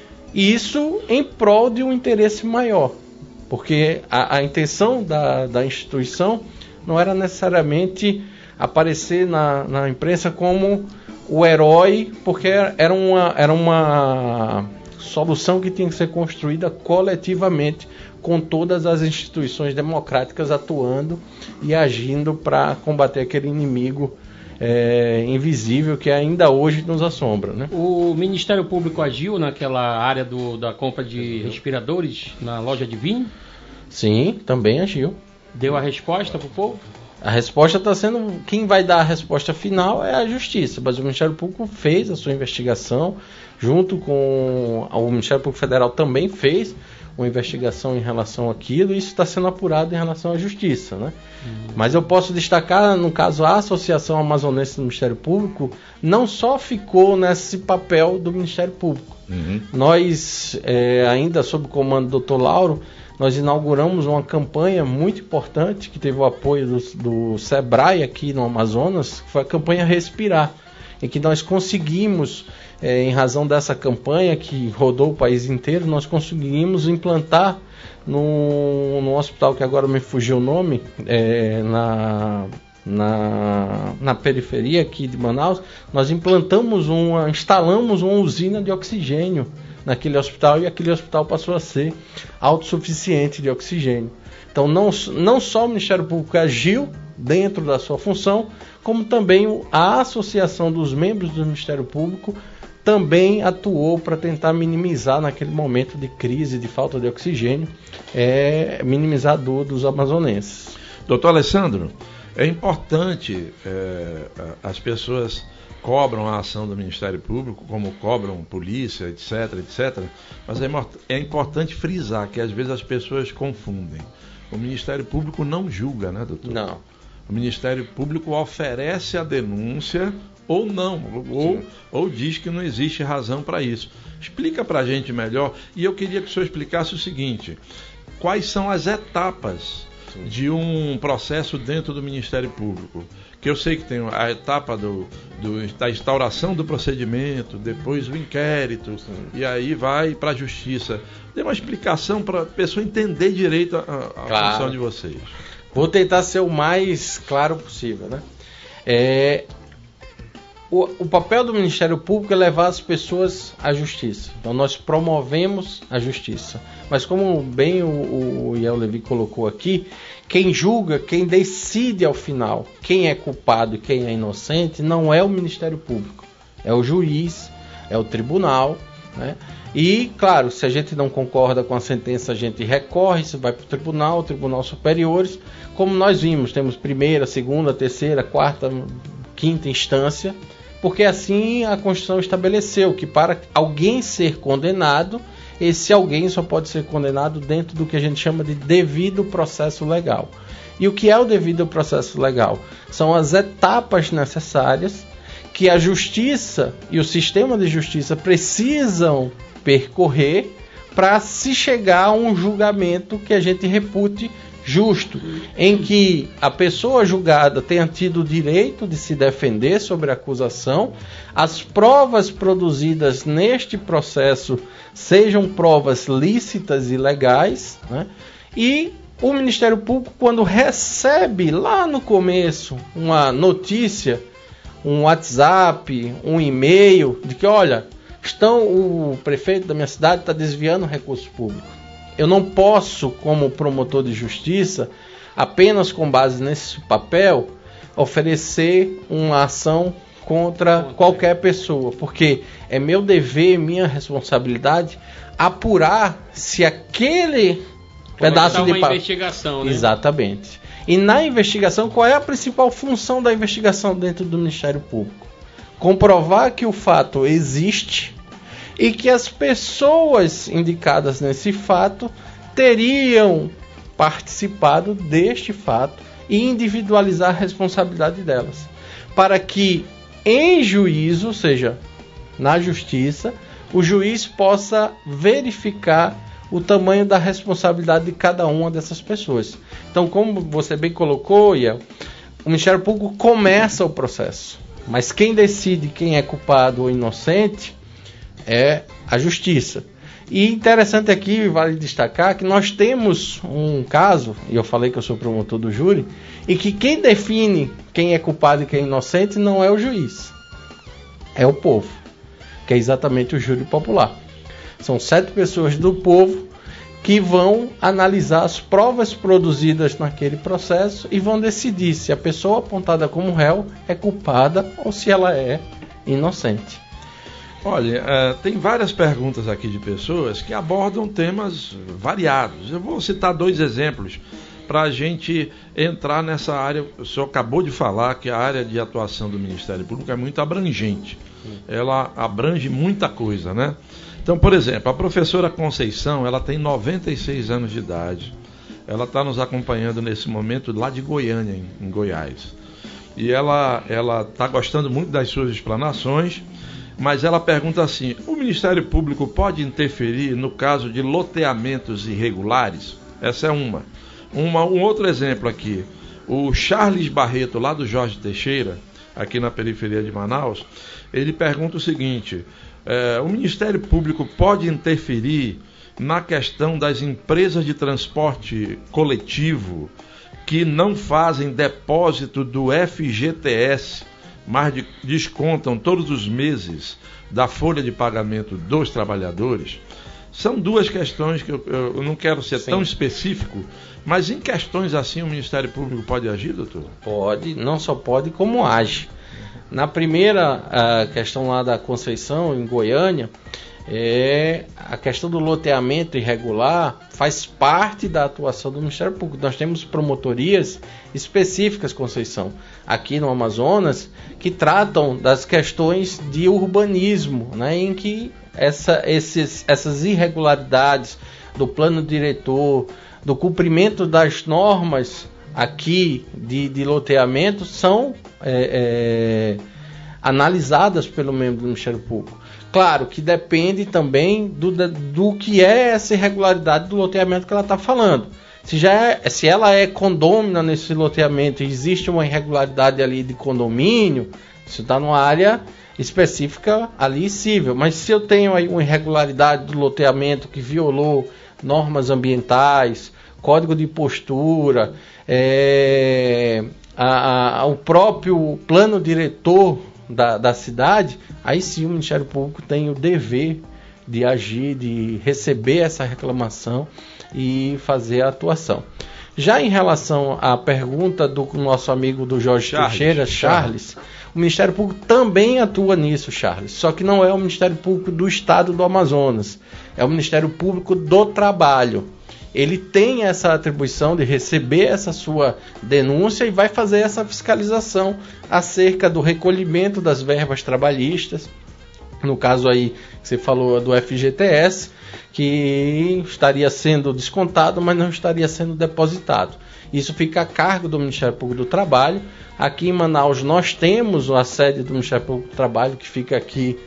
Speaker 4: E isso em prol de um interesse maior, porque a, a intenção da, da instituição não era necessariamente aparecer na, na imprensa como o herói, porque era uma, era uma solução que tinha que ser construída coletivamente, com todas as instituições democráticas atuando e agindo para combater aquele inimigo é, invisível que ainda hoje nos assombra, né?
Speaker 1: O Ministério Público agiu naquela área do, da compra de respiradores na loja de vinho?
Speaker 4: Sim, também agiu.
Speaker 1: Deu a resposta para o povo?
Speaker 4: A resposta está sendo... Quem vai dar a resposta final é a Justiça, mas o Ministério Público fez a sua investigação, junto com... O Ministério Público Federal também fez uma investigação em relação àquilo, e isso está sendo apurado em relação à Justiça, né? Uhum. Mas eu posso destacar, no caso, a Associação Amazonense do Ministério Público não só ficou nesse papel do Ministério Público. Uhum. Nós, é, ainda sob o comando do doutor Lauro, nós inauguramos uma campanha muito importante, que teve o apoio do, do SEBRAE aqui no Amazonas, que foi a campanha Respirar, em que nós conseguimos, é, em razão dessa campanha que rodou o país inteiro, nós conseguimos implantar no, no hospital, que agora me fugiu o nome, é, na, na, na periferia aqui de Manaus, nós implantamos uma, instalamos uma usina de oxigênio naquele hospital, e aquele hospital passou a ser autossuficiente de oxigênio. Então não, não só o Ministério Público agiu dentro da sua função, como também a associação dos membros do Ministério Público também atuou para tentar minimizar naquele momento de crise, de falta de oxigênio, é, minimizar a dor dos amazonenses.
Speaker 2: Doutor Alessandro, é importante é, as pessoas cobram a ação do Ministério Público, como cobram polícia, etc, etcétera. Mas é, é importante frisar que às vezes as pessoas confundem. O Ministério Público não julga, né, doutor?
Speaker 4: Não.
Speaker 2: O Ministério Público oferece a denúncia ou não, ou, ou diz que não existe razão para isso. Explica para a gente melhor, e eu queria que o senhor explicasse o seguinte: quais são as etapas de um processo dentro do Ministério Público? Que eu sei que tem a etapa do, do, da instauração do procedimento, depois o inquérito, sim, e aí vai para a Justiça. Dê uma explicação para a pessoa entender direito a, a
Speaker 4: claro.
Speaker 2: função de vocês.
Speaker 4: Vou tentar ser o mais claro possível, né? É, o, o papel do Ministério Público é levar as pessoas à justiça. Então nós promovemos a justiça. Mas como bem o, o Iel Levi colocou aqui, quem julga, quem decide ao final quem é culpado e quem é inocente, não é o Ministério Público. É o juiz, é o tribunal, né? E, claro, se a gente não concorda com a sentença, a gente recorre, isso vai para o tribunal, tribunal superiores. Como nós vimos, temos primeira, segunda, terceira, quarta, quinta instância, porque assim a Constituição estabeleceu que para alguém ser condenado, esse alguém só pode ser condenado dentro do que a gente chama de devido processo legal. E o que é o devido processo legal? São as etapas necessárias que a justiça e o sistema de justiça precisam percorrer para se chegar a um julgamento que a gente repute justo, em que a pessoa julgada tenha tido o direito de se defender sobre a acusação, as provas produzidas neste processo sejam provas lícitas e legais, né? E o Ministério Público, quando recebe lá no começo uma notícia, um WhatsApp, um e-mail, de que, olha, estão, o prefeito da minha cidade está desviando recursos públicos. Eu não posso, como promotor de justiça, apenas com base nesse papel, oferecer uma ação contra qualquer pessoa, porque é meu dever, minha responsabilidade apurar se aquele pedaço de
Speaker 1: uma investigação, né?
Speaker 4: Exatamente. E na investigação, qual é a principal função da investigação dentro do Ministério Público? Comprovar que o fato existe e que as pessoas indicadas nesse fato teriam participado deste fato e individualizar a responsabilidade delas, para que em juízo, ou seja, na justiça, o juiz possa verificar o tamanho da responsabilidade de cada uma dessas pessoas. Então, como você bem colocou, Iel, o Ministério Público começa o processo, mas quem decide quem é culpado ou inocente é a justiça. E interessante aqui, vale destacar, que nós temos um caso, e eu falei que eu sou promotor do júri, e que quem define quem é culpado e quem é inocente não é o juiz, é o povo, que é exatamente o júri popular. São sete pessoas do povo que vão analisar as provas produzidas naquele processo e vão decidir se a pessoa apontada como réu é culpada ou se ela é inocente.
Speaker 2: Olha, uh, tem várias perguntas aqui de pessoas que abordam temas variados. Eu vou citar dois exemplos para a gente entrar nessa área. O senhor acabou de falar que a área de atuação do Ministério Público é muito abrangente. Ela abrange muita coisa, né? Então, por exemplo, a professora Conceição, ela tem noventa e seis anos de idade. Ela está nos acompanhando nesse momento lá de Goiânia, em, em Goiás. E ela ela está gostando muito das suas explanações. Mas ela pergunta assim: o Ministério Público pode interferir no caso de loteamentos irregulares? Essa é uma. uma. Um outro exemplo aqui. O Charles Barreto, lá do Jorge Teixeira, aqui na periferia de Manaus, ele pergunta o seguinte: é, o Ministério Público pode interferir na questão das empresas de transporte coletivo que não fazem depósito do F G T S, mas de, descontam todos os meses da folha de pagamento dos trabalhadores? São duas questões que eu, eu não quero ser Sim. tão específico, mas em questões assim o Ministério Público pode agir, doutor?
Speaker 4: Pode, não só pode, como age. Na primeira a questão lá da Conceição, em Goiânia, É, a questão do loteamento irregular faz parte da atuação do Ministério Público. Nós temos promotorias específicas, Conceição, aqui no Amazonas, que tratam das questões de urbanismo, né, em que essa, esses, essas irregularidades do plano diretor, do cumprimento das normas aqui de, de loteamento são é, é, analisadas pelo membro do Ministério Público. Claro que depende também do, do que é essa irregularidade do loteamento que ela está falando. Se, já é, se ela é condômina nesse loteamento e existe uma irregularidade ali de condomínio, isso está numa área específica ali civil. Mas se eu tenho aí uma irregularidade do loteamento que violou normas ambientais, código de postura, é, a, a, o próprio plano diretor Da, da cidade, aí sim o Ministério Público tem o dever de agir, de receber essa reclamação e fazer a atuação. Já em relação à pergunta do nosso amigo do Jorge Charles, Teixeira, Charles, Charles, o Ministério Público também atua nisso, Charles, só que não é o Ministério Público do Estado do Amazonas, é o Ministério Público do Trabalho. Ele tem essa atribuição de receber essa sua denúncia e vai fazer essa fiscalização acerca do recolhimento das verbas trabalhistas. No caso aí, você falou do F G T S, que estaria sendo descontado, mas não estaria sendo depositado. Isso fica a cargo do Ministério Público do Trabalho. Aqui em Manaus nós temos a sede do Ministério Público do Trabalho, que fica aqui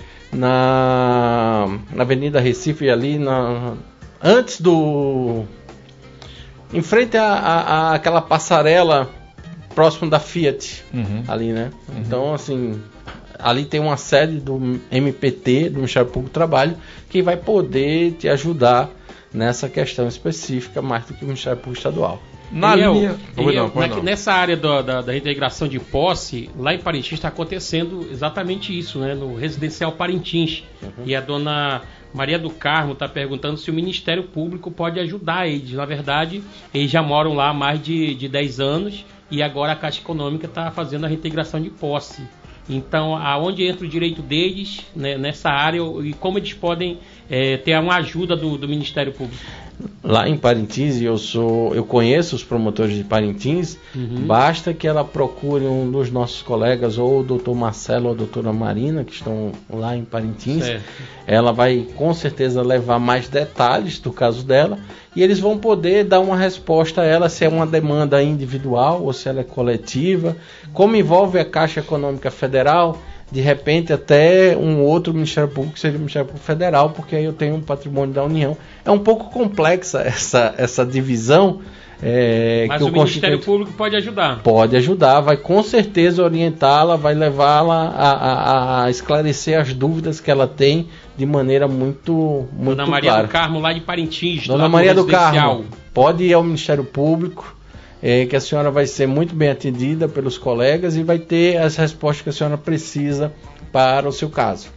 Speaker 4: na, na Avenida Recife, ali na, antes do... em frente a, a, a aquela passarela próximo da Fiat, uhum. ali, né? Uhum. Então, assim, ali tem uma sede do M P T, do Ministério Público do Trabalho, que vai poder te ajudar nessa questão específica, mais do que o Ministério Público Estadual.
Speaker 1: Na e linha... Eu, eu, não, na, nessa área do, da, da integração de posse, lá em Parintins está acontecendo exatamente isso, né? No Residencial Parintins. Uhum. E a dona Maria do Carmo está perguntando se o Ministério Público pode ajudar eles. Na verdade, eles já moram lá há mais de, de dez anos e agora a Caixa Econômica está fazendo a reintegração de posse. Então, aonde entra o direito deles, né, nessa área, e como eles podem é, ter uma ajuda do, do Ministério Público?
Speaker 4: Lá em Parintins, eu sou, eu conheço os promotores de Parintins, uhum. Basta que ela procure um dos nossos colegas, ou o doutor Marcelo ou a doutora Marina, que estão lá em Parintins. Certo. Ela vai com certeza levar mais detalhes do caso dela, e eles vão poder dar uma resposta a ela, se é uma demanda individual ou se ela é coletiva, como envolve a Caixa Econômica Federal. De repente até um outro Ministério Público seria o Ministério Público Federal, porque aí eu tenho um patrimônio da União. É um pouco complexa essa, essa divisão. É,
Speaker 1: Mas
Speaker 4: que
Speaker 1: o,
Speaker 4: o
Speaker 1: Ministério Público pode ajudar.
Speaker 4: Pode ajudar, vai com certeza orientá-la, vai levá-la a, a, a esclarecer as dúvidas que ela tem de maneira muito, muito
Speaker 1: Dona Maria
Speaker 4: clara.
Speaker 1: do Carmo, lá de Parintins.
Speaker 4: Dona Maria do Carmo, pode ir ao Ministério Público. É, que a senhora vai ser muito bem atendida pelos colegas e vai ter as respostas que a senhora precisa para o seu caso.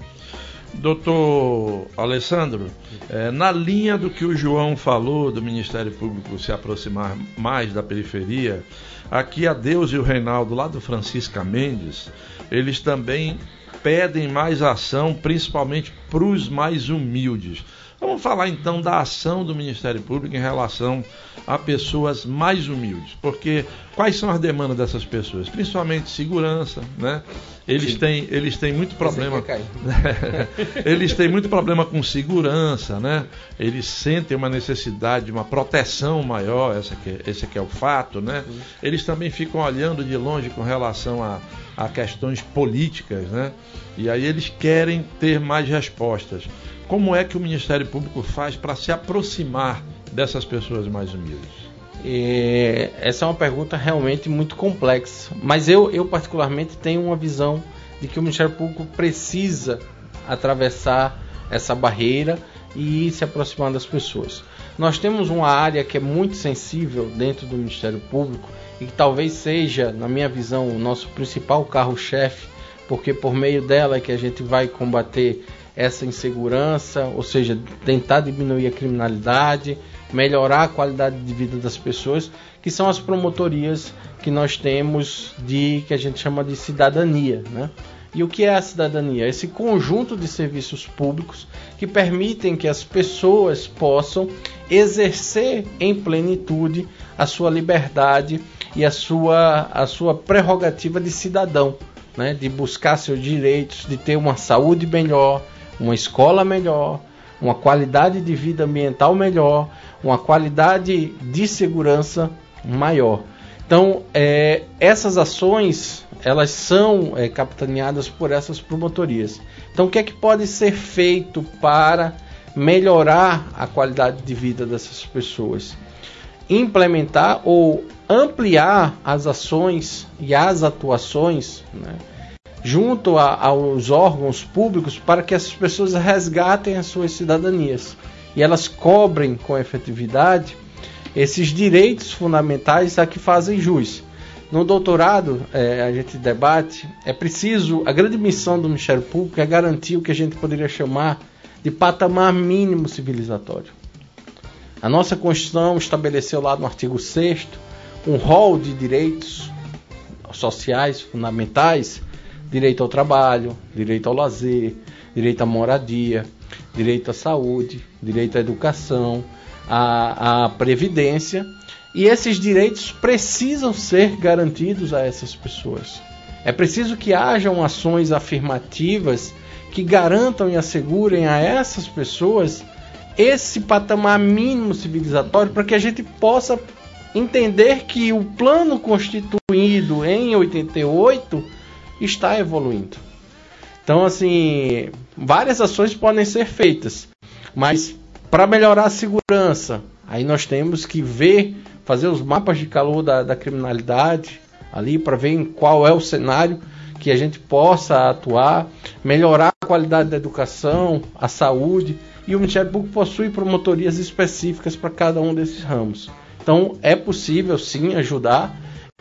Speaker 2: Doutor Alessandro, é, na linha do que o João falou do Ministério Público se aproximar mais da periferia, aqui a Deus e o Reinaldo, lá do Francisca Mendes, eles também pedem mais ação, principalmente para os mais humildes. Vamos falar então da ação do Ministério Público em relação a pessoas mais humildes, porque quais são as demandas dessas pessoas? Principalmente segurança, né? Eles têm, eles têm muito problema, eles têm muito problema com segurança, né? Eles sentem uma necessidade de uma proteção maior, essa que, esse aqui é o fato, né? Eles também ficam olhando de longe com relação a, a questões políticas, né? E aí eles querem ter mais respostas. Como é que o Ministério Público faz para se aproximar dessas pessoas mais humildes?
Speaker 4: É, essa é uma pergunta realmente muito complexa, mas eu, eu particularmente tenho uma visão de que o Ministério Público precisa atravessar essa barreira e se aproximar das pessoas. Nós temos uma área que é muito sensível dentro do Ministério Público e que talvez seja, na minha visão, o nosso principal carro-chefe, porque por meio dela é que a gente vai combater essa insegurança, ou seja, tentar diminuir a criminalidade, melhorar a qualidade de vida das pessoas, que são as promotorias que nós temos de, que a gente chama de cidadania, né? E o que é a cidadania? Esse conjunto de serviços públicos que permitem que as pessoas possam exercer em plenitude a sua liberdade e a sua, a sua prerrogativa de cidadão, né? De buscar seus direitos, de ter uma saúde melhor, uma escola melhor, uma qualidade de vida ambiental melhor, uma qualidade de segurança maior. Então, é, essas ações, elas são é, capitaneadas por essas promotorias. Então, o que é que pode ser feito para melhorar a qualidade de vida dessas pessoas? Implementar ou ampliar as ações e as atuações, né, junto a, aos órgãos públicos para que essas pessoas resgatem as suas cidadanias e elas cobrem com efetividade esses direitos fundamentais a que fazem jus. No doutorado, é, a gente debate, é preciso, a grande missão do Ministério Público é garantir o que a gente poderia chamar de patamar mínimo civilizatório. A nossa Constituição estabeleceu lá no artigo sexto um rol de direitos sociais fundamentais: direito ao trabalho, direito ao lazer, direito à moradia, direito à saúde, direito à educação, à, à previdência, e esses direitos precisam ser garantidos a essas pessoas. É preciso que hajam ações afirmativas que garantam e assegurem a essas pessoas esse patamar mínimo civilizatório para que a gente possa entender que o plano constituído em oitenta e oito está evoluindo. Então, assim, várias ações podem ser feitas, mas para melhorar a segurança, aí nós temos que ver, fazer os mapas de calor da, da criminalidade ali para ver em qual é o cenário que a gente possa atuar, melhorar a qualidade da educação, a saúde, e o Ministério Público possui promotorias específicas para cada um desses ramos. Então é possível sim ajudar,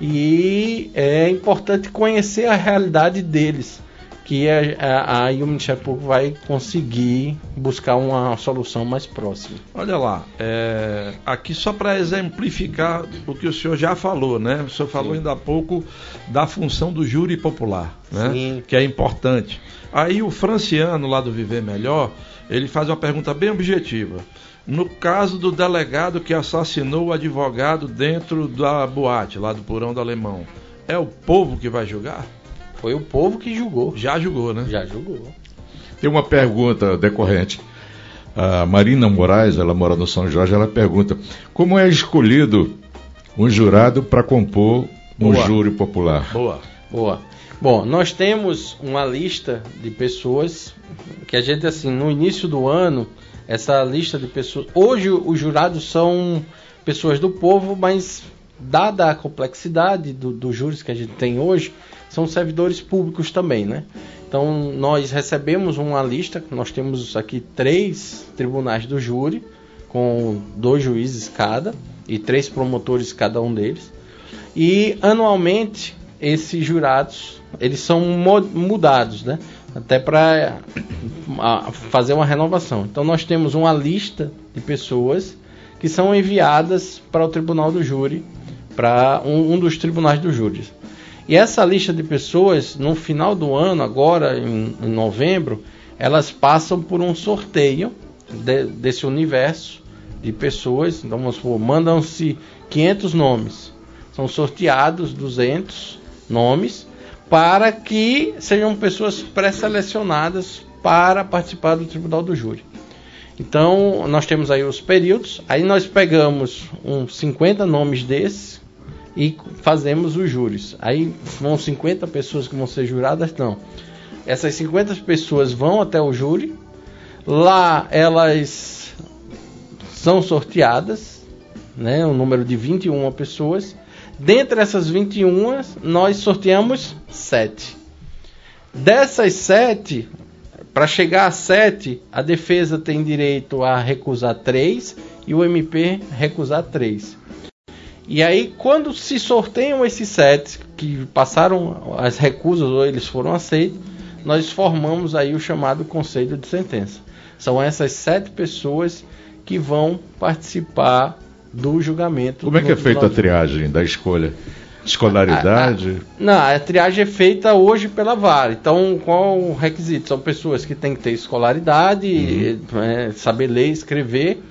Speaker 4: e é importante conhecer a realidade deles, que aí o Ministério Público vai conseguir buscar uma solução mais próxima.
Speaker 2: Olha lá, é, aqui só para exemplificar o que o senhor já falou, né? O senhor falou Sim. ainda há pouco da função do júri popular, né? Sim. Que é importante. Aí o Franciano, lá do Viver Melhor, ele faz uma pergunta bem objetiva. No caso do delegado que assassinou o advogado dentro da boate, lá do Porão do Alemão, é o povo que vai julgar?
Speaker 4: Foi o povo que julgou.
Speaker 2: Já julgou, né?
Speaker 4: Já julgou.
Speaker 3: Tem uma pergunta decorrente. A Marina Moraes, ela mora no São Jorge, ela pergunta: como é escolhido um jurado para compor um Boa. júri popular?
Speaker 2: Boa.
Speaker 4: Boa. Bom, nós temos uma lista de pessoas que a gente, assim, no início do ano, essa lista de pessoas... Hoje os jurados são pessoas do povo, mas dada a complexidade do, dos júris que a gente tem hoje, são servidores públicos também, né? Então nós recebemos uma lista, nós temos aqui três tribunais do júri, com dois juízes cada e três promotores cada um deles. E anualmente esses jurados, eles são mudados, né? Até para fazer uma renovação. Então nós temos uma lista de pessoas que são enviadas para o tribunal do júri, para um, um dos tribunais do júri. E essa lista de pessoas, no final do ano, agora em, em novembro, elas passam por um sorteio de, desse universo de pessoas. Então vamos supor, mandam-se quinhentos nomes, são sorteados duzentos nomes, para que sejam pessoas pré-selecionadas para participar do tribunal do júri. Então nós temos aí os períodos, aí nós pegamos uns cinquenta nomes desses e fazemos os júris. Aí vão cinquenta pessoas que vão ser juradas, não. Essas cinquenta pessoas vão até o júri, lá elas são sorteadas, né, um número de vinte e uma pessoas. Dentre essas vinte e uma, nós sorteamos sete. Dessas sete, para chegar a sete, a defesa tem direito a recusar três e o M P recusar três. E aí, quando se sorteiam esses sete, que passaram as recusas ou eles foram aceitos, nós formamos aí o chamado Conselho de Sentença. São essas sete pessoas que vão participar do julgamento.
Speaker 3: Como é que é feita a triagem da escolha? Escolaridade?
Speaker 4: A, a, não, a triagem é feita hoje pela vara. Então, qual o requisito? São pessoas que têm que ter escolaridade, uhum. é, saber ler e escrever.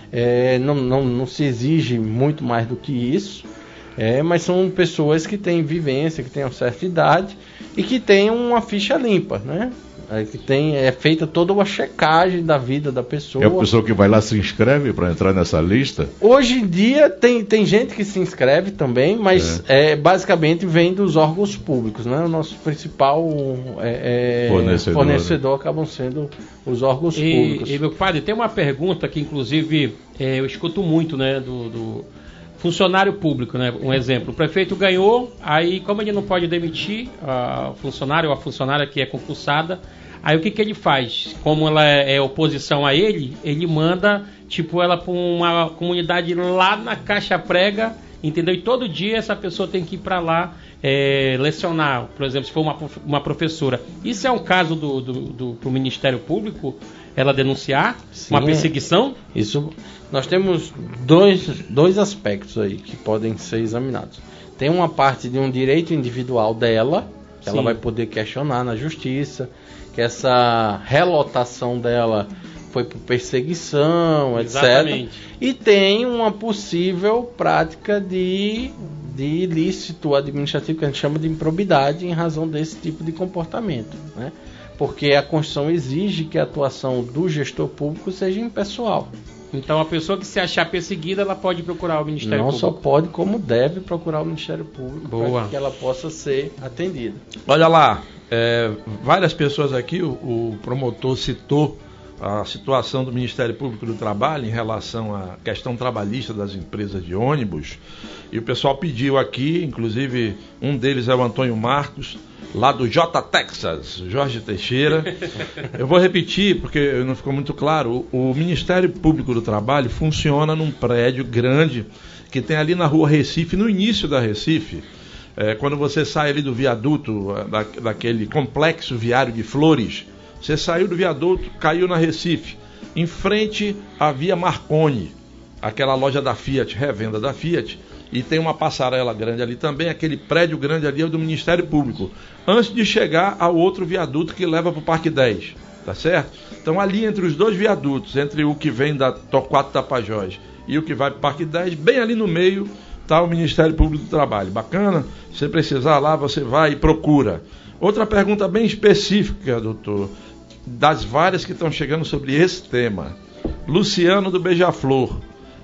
Speaker 4: É, não, não, não se exige muito mais do que isso. É, mas são pessoas que têm vivência, que têm uma certa idade e que têm uma ficha limpa, né? É, que tem, é feita toda uma checagem da vida da pessoa.
Speaker 3: É a pessoa que vai lá se inscreve para entrar nessa lista?
Speaker 4: Hoje em dia tem, tem gente que se inscreve também, mas é. É, basicamente vem dos órgãos públicos, né? O nosso principal é, é, fornecedor, fornecedor né? Acabam sendo os órgãos
Speaker 1: e,
Speaker 4: públicos.
Speaker 1: E meu padre, tem uma pergunta que inclusive é, eu escuto muito, né? Do, do funcionário público, né? Um exemplo, o prefeito ganhou, aí como ele não pode demitir o funcionário ou a funcionária que é concursada, aí o que, que ele faz? Como ela é, é oposição a ele, ele manda tipo ela para uma comunidade lá na Caixa Prega, entendeu? E todo dia essa pessoa tem que ir para lá é, lecionar, por exemplo, se for uma, uma professora. Isso é um caso do, do, do pro Ministério Público, ela denunciar? Sim, uma perseguição?
Speaker 4: Isso, nós temos dois, dois aspectos aí que podem ser examinados. Tem uma parte de um direito individual dela, que Sim. ela vai poder questionar na justiça, que essa relotação dela foi por perseguição, Exatamente. etcétera. E tem uma possível prática de, de ilícito administrativo, que a gente chama de improbidade, em razão desse tipo de comportamento, né? Porque a Constituição exige que a atuação do gestor público seja impessoal.
Speaker 1: Então, a pessoa que se achar perseguida, ela pode procurar o Ministério
Speaker 4: Não
Speaker 1: Público?
Speaker 4: Não só pode, como deve procurar o Ministério Público para que ela possa ser atendida.
Speaker 2: Olha lá, é, várias pessoas aqui, o, o promotor citou a situação do Ministério Público do Trabalho em relação à questão trabalhista das empresas de ônibus. E o pessoal pediu aqui, inclusive um deles é o Antônio Marcos, lá do J Texas, Jorge Teixeira. Eu vou repetir, porque não ficou muito claro. O, o Ministério Público do Trabalho funciona num prédio grande que tem ali na rua Recife, no início da Recife. É, quando você sai ali do viaduto, da, daquele complexo viário de Flores, você saiu do viaduto, caiu na Recife. Em frente à Via Marconi, aquela loja da Fiat, revenda da Fiat. E tem uma passarela grande ali também, aquele prédio grande ali é o do Ministério Público, antes de chegar ao outro viaduto que leva para o Parque dez, tá certo? Então ali entre os dois viadutos, entre o que vem da Torquato Tapajós e o que vai para o Parque dez, bem ali no meio está o Ministério Público do Trabalho. Bacana? Se você precisar lá, você vai e procura. Outra pergunta bem específica, doutor, das várias que estão chegando sobre esse tema. Luciano do Beija-Flor.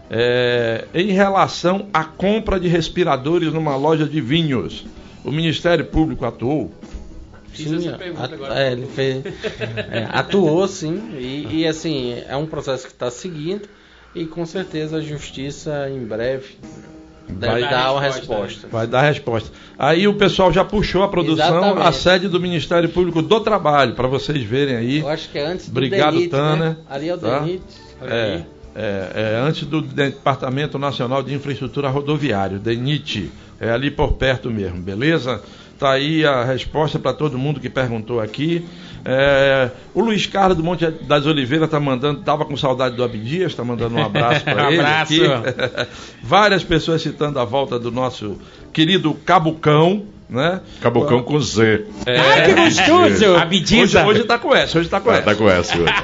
Speaker 2: É, em relação à compra de respiradores numa loja de vinhos, o Ministério Público atuou?
Speaker 4: Sim, atu- é, ele fez, é, atuou sim, e, e assim, é um processo que está seguindo e com certeza a Justiça em breve deve vai dar uma resposta. resposta.
Speaker 2: Vai dar a resposta. Aí o pessoal já puxou a produção, Exatamente. A sede do Ministério Público do Trabalho, para vocês verem aí.
Speaker 4: Eu acho que é antes do
Speaker 2: Obrigado,
Speaker 4: DENIT,
Speaker 2: Tânia.
Speaker 4: Né? Ali é o
Speaker 2: tá?
Speaker 4: DENIT.
Speaker 2: É. É, é, antes do Departamento Nacional de Infraestrutura Rodoviária, DENIT, é ali por perto mesmo, beleza? Tá aí a resposta para todo mundo que perguntou aqui. É, o Luiz Carlos do Monte das Oliveiras tá mandando, tava com saudade do Abdias, tá mandando um abraço para
Speaker 1: um
Speaker 2: ele
Speaker 1: abraço.
Speaker 2: aqui. Várias pessoas citando a volta do nosso querido Cabucão, né?
Speaker 3: Cabucão com Z.
Speaker 1: É, Ai, que gostoso!
Speaker 2: Hoje, hoje tá com essa, hoje tá com
Speaker 3: ah,
Speaker 2: essa.
Speaker 3: Tá com essa hoje.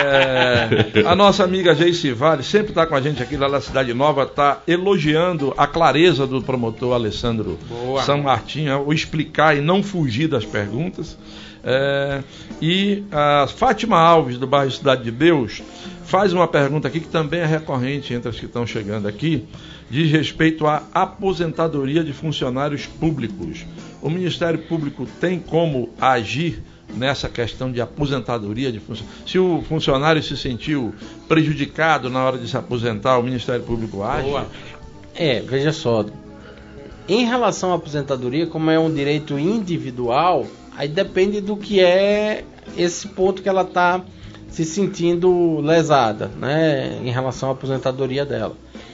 Speaker 2: É, a nossa amiga Geice Vale sempre tá com a gente aqui lá na Cidade Nova, tá elogiando a clareza do promotor Alessandro
Speaker 1: Boa.
Speaker 2: San Martin, o explicar e não fugir das perguntas. É, e a Fátima Alves, do bairro Cidade de Deus, faz uma pergunta aqui que também é recorrente entre as que estão chegando aqui, diz respeito à aposentadoria de funcionários públicos. O Ministério Público tem como agir nessa questão de aposentadoria de funcionários? Se o funcionário se sentiu prejudicado na hora de se aposentar, o Ministério Público age?
Speaker 1: Boa.
Speaker 4: É, veja só, em relação à aposentadoria, como é um direito individual, aí depende do que é esse ponto que ela está se sentindo lesada, né, em relação à aposentadoria dela.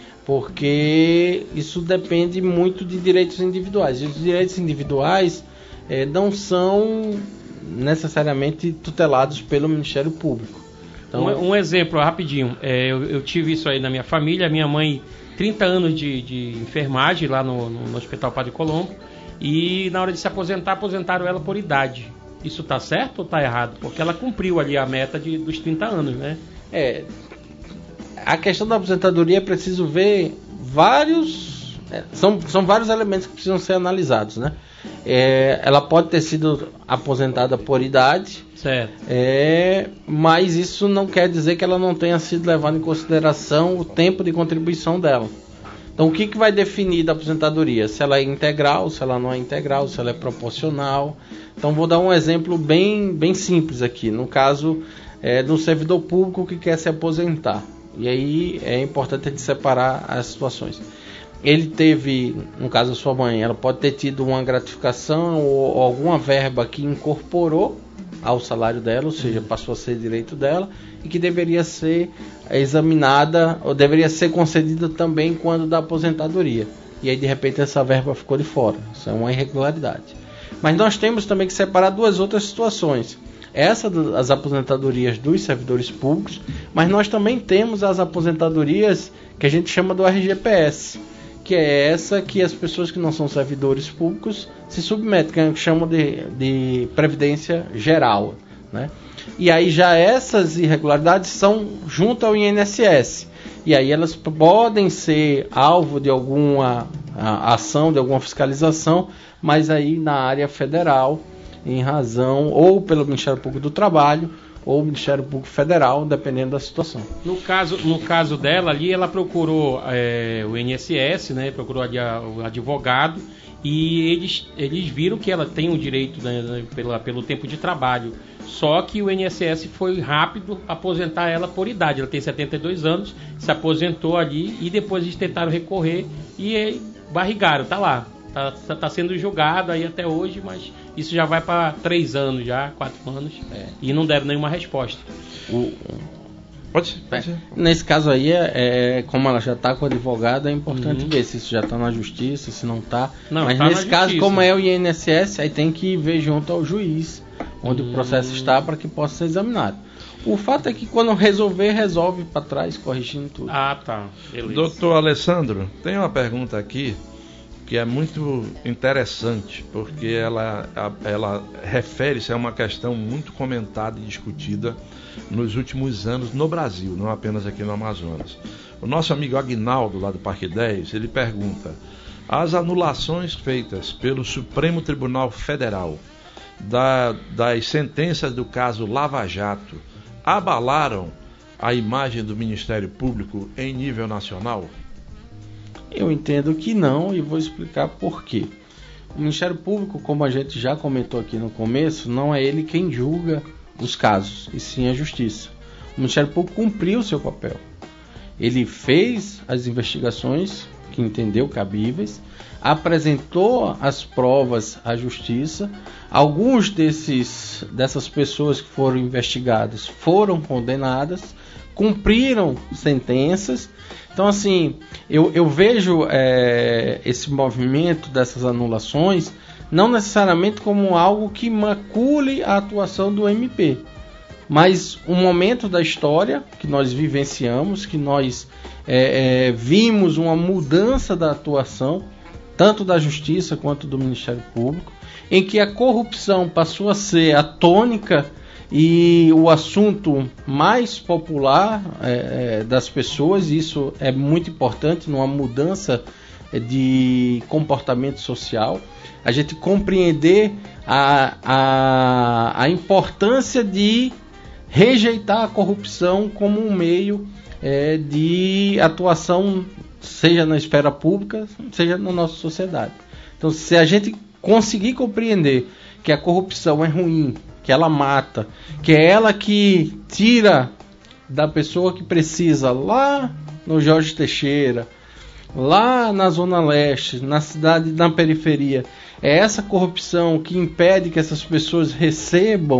Speaker 4: Porque isso depende muito de direitos individuais. E os direitos individuais eh, não são necessariamente tutelados pelo Ministério Público.
Speaker 1: Então, um, um exemplo rapidinho. É, eu, eu tive isso aí na minha família. Minha mãe trinta anos de, de enfermagem lá no, no, no Hospital Padre Colombo, e na hora de se aposentar, aposentaram ela por idade. Isso tá certo ou tá errado? Porque ela cumpriu ali a meta de, dos trinta anos, né?
Speaker 4: É, a questão da aposentadoria é preciso ver vários... É, são, são vários elementos que precisam ser analisados, né? É, ela pode ter sido aposentada por idade,
Speaker 1: certo.
Speaker 4: É, mas isso não quer dizer que ela não tenha sido levada em consideração o tempo de contribuição dela. Então, o que, que vai definir da aposentadoria? Se ela é integral, se ela não é integral, se ela é proporcional. Então, vou dar um exemplo bem, bem simples aqui. No caso é, do servidor público que quer se aposentar. E aí é importante a gente separar as situações. Ele teve, no caso da sua mãe, ela pode ter tido uma gratificação ou alguma verba que incorporou ao salário dela, ou seja, passou a ser direito dela, e que deveria ser examinada, ou deveria ser concedida também quando da aposentadoria. E aí, de repente, essa verba ficou de fora. Isso é uma irregularidade. Mas nós temos também que separar duas outras situações. Essa das aposentadorias dos servidores públicos, mas nós também temos as aposentadorias que a gente chama do R G P S, que é essa que as pessoas que não são servidores públicos se submetem, que a gente chama de, de previdência geral, né? E aí já essas irregularidades são junto ao I N S S, e aí elas podem ser alvo de alguma a, ação, de alguma fiscalização, mas aí na área federal, em razão ou pelo Ministério Público do Trabalho ou Ministério Público Federal, dependendo da situação.
Speaker 1: No caso, no caso dela ali, ela procurou é, o I N S S, né, procurou ali a, o advogado, e eles, eles viram que ela tem o direito, né, pela, pelo tempo de trabalho. Só que o I N S S foi rápido aposentar ela por idade. Ela tem setenta e dois anos, se aposentou ali, e depois eles tentaram recorrer e aí, barrigaram, tá lá. Tá, tá sendo julgado aí até hoje, mas isso já vai para três anos já, quatro anos, é. E não deram nenhuma resposta.
Speaker 4: O,
Speaker 2: pode ser, pode ser.
Speaker 4: Nesse caso aí, é, é, como ela já está com o advogado, é importante uhum. ver se isso já está na justiça, se não está. Mas tá nesse caso, como é o I N S S, aí tem que ver junto ao juiz onde uhum. o processo está para que possa ser examinado. O fato é que quando resolver, resolve para trás, corrigindo tudo.
Speaker 1: Ah, tá. Beleza.
Speaker 2: Doutor Alessandro, tem uma pergunta aqui que é muito interessante, porque ela, ela refere-se a uma questão muito comentada e discutida nos últimos anos no Brasil, não apenas aqui no Amazonas. O nosso amigo Aguinaldo, lá do Parque dez, ele pergunta: as anulações feitas pelo Supremo Tribunal Federal da, das sentenças do caso Lava Jato abalaram a imagem do Ministério Público em nível nacional?
Speaker 4: Eu entendo que não, e vou explicar por quê. O Ministério Público, como a gente já comentou aqui no começo, não é ele quem julga os casos, e sim a Justiça. O Ministério Público cumpriu o seu papel. Ele fez as investigações que entendeu cabíveis, apresentou as provas à Justiça. Alguns desses, dessas pessoas que foram investigadas foram condenadas, cumpriram sentenças. Então, assim, eu, eu vejo é, esse movimento dessas anulações não necessariamente como algo que macule a atuação do M P, mas um momento da história que nós vivenciamos, que nós é, é, vimos uma mudança da atuação, tanto da Justiça quanto do Ministério Público, em que a corrupção passou a ser a tônica e o assunto mais popular é, é, das pessoas. Isso é muito importante numa mudança de comportamento social. A gente compreender a, a, a importância de rejeitar a corrupção como um meio é, de atuação, seja na esfera pública, seja na nossa sociedade. Então, se a gente conseguir compreender que a corrupção é ruim, que ela mata, que é ela que tira da pessoa que precisa lá no Jorge Teixeira, lá na Zona Leste, na cidade, na periferia, é essa corrupção que impede que essas pessoas recebam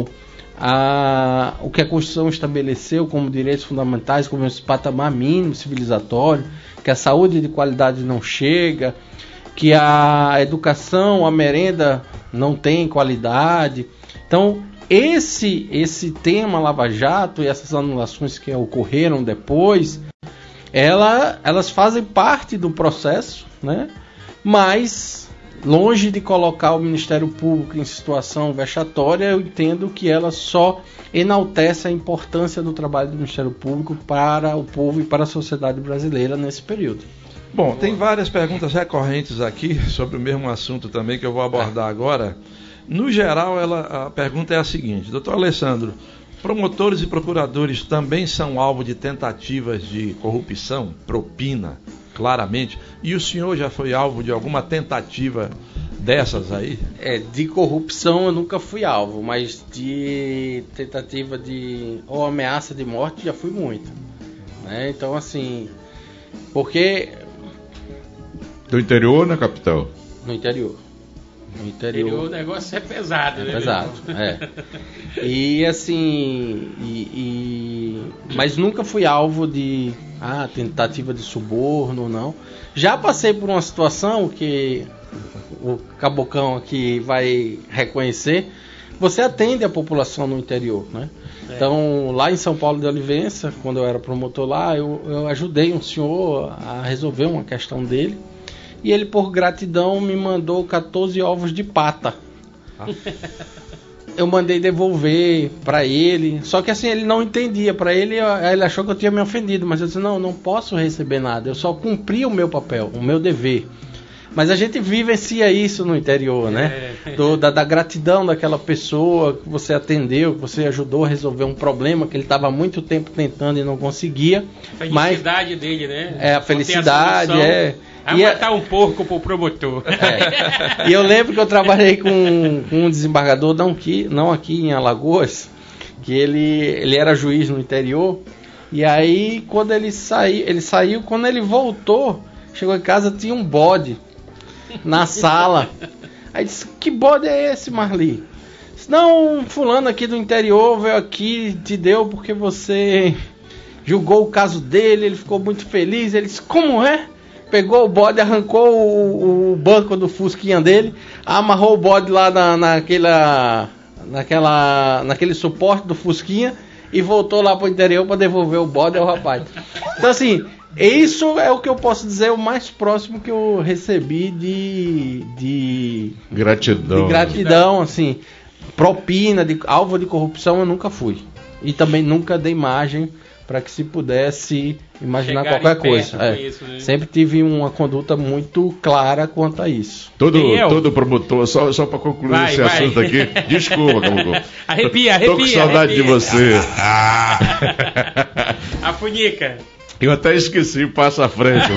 Speaker 4: a, o que a Constituição estabeleceu como direitos fundamentais, como esse patamar mínimo civilizatório, que a saúde de qualidade não chega, que a educação, a merenda não tem qualidade. Então, esse, esse tema Lava Jato e essas anulações que ocorreram depois, ela, elas fazem parte do processo, né? Mas longe de colocar o Ministério Público em situação vexatória, eu entendo que ela só enaltece a importância do trabalho do Ministério Público para o povo e para a sociedade brasileira nesse período.
Speaker 2: Bom, tem várias perguntas recorrentes aqui sobre o mesmo assunto também que eu vou abordar agora. No geral, ela, a pergunta é a seguinte: doutor Alessandro, promotores e procuradores também são alvo de tentativas de corrupção, propina, claramente, e o senhor já foi alvo de alguma tentativa dessas aí?
Speaker 4: É, de corrupção eu nunca fui alvo, mas de tentativa de ou ameaça de morte já fui muito, né? Então, assim, porque
Speaker 3: do interior ou na capital?
Speaker 4: No interior. No interior,
Speaker 1: interior o negócio é pesado,
Speaker 4: é
Speaker 1: né?
Speaker 4: Pesado, é. E assim, e, e, mas nunca fui alvo de ah, tentativa de suborno, não. Já passei por uma situação que o cabocão aqui vai reconhecer. Você atende a população no interior, né? É. Então, lá em São Paulo de Olivença, quando eu era promotor lá, eu, eu ajudei um senhor a resolver uma questão dele. E ele, por gratidão, me mandou quatorze ovos de pata. Ah. Eu mandei devolver para ele. Só que assim, ele não entendia. Para ele, ele achou que eu tinha me ofendido. Mas eu disse, não, não posso receber nada. Eu só cumpri o meu papel, o meu dever. Mas a gente vivencia isso no interior, né? Do, da, da gratidão daquela pessoa que você atendeu, que você ajudou a resolver um problema que ele estava há muito tempo tentando e não conseguia.
Speaker 1: A felicidade mas, dele, né?
Speaker 4: É, a felicidade, a é...
Speaker 1: Vai matar um porco pro promotor.
Speaker 4: É. E eu lembro que eu trabalhei com, com um desembargador, não aqui, não aqui em Alagoas, que ele, ele era juiz no interior. E aí, quando ele saiu, ele saiu, quando ele voltou, chegou em casa, tinha um bode na sala. Aí disse, que bode é esse, Marli? Disse, não, um fulano aqui do interior veio aqui, te deu porque você julgou o caso dele, ele ficou muito feliz. Ele disse, como é? Pegou o bode, arrancou o, o banco do fusquinha dele, amarrou o bode lá na, naquela, naquela, naquele suporte do fusquinha e voltou lá pro interior para devolver o bode ao rapaz. Então assim, isso é o que eu posso dizer, o mais próximo que eu recebi de, de
Speaker 3: gratidão.
Speaker 4: De gratidão, assim, propina, de alvo de corrupção eu nunca fui. E também nunca dei margem para que se pudesse imaginar chegar qualquer coisa. É. Isso, né? Sempre tive uma conduta muito clara quanto a isso.
Speaker 3: Todo, todo promotor, só, só para concluir vai, esse vai. assunto aqui, desculpa, Caboclo.
Speaker 1: Arrepia, arrepia.
Speaker 3: Tô com saudade
Speaker 1: arrepia.
Speaker 3: de você.
Speaker 1: A funica.
Speaker 3: Eu até esqueci, passa à frente.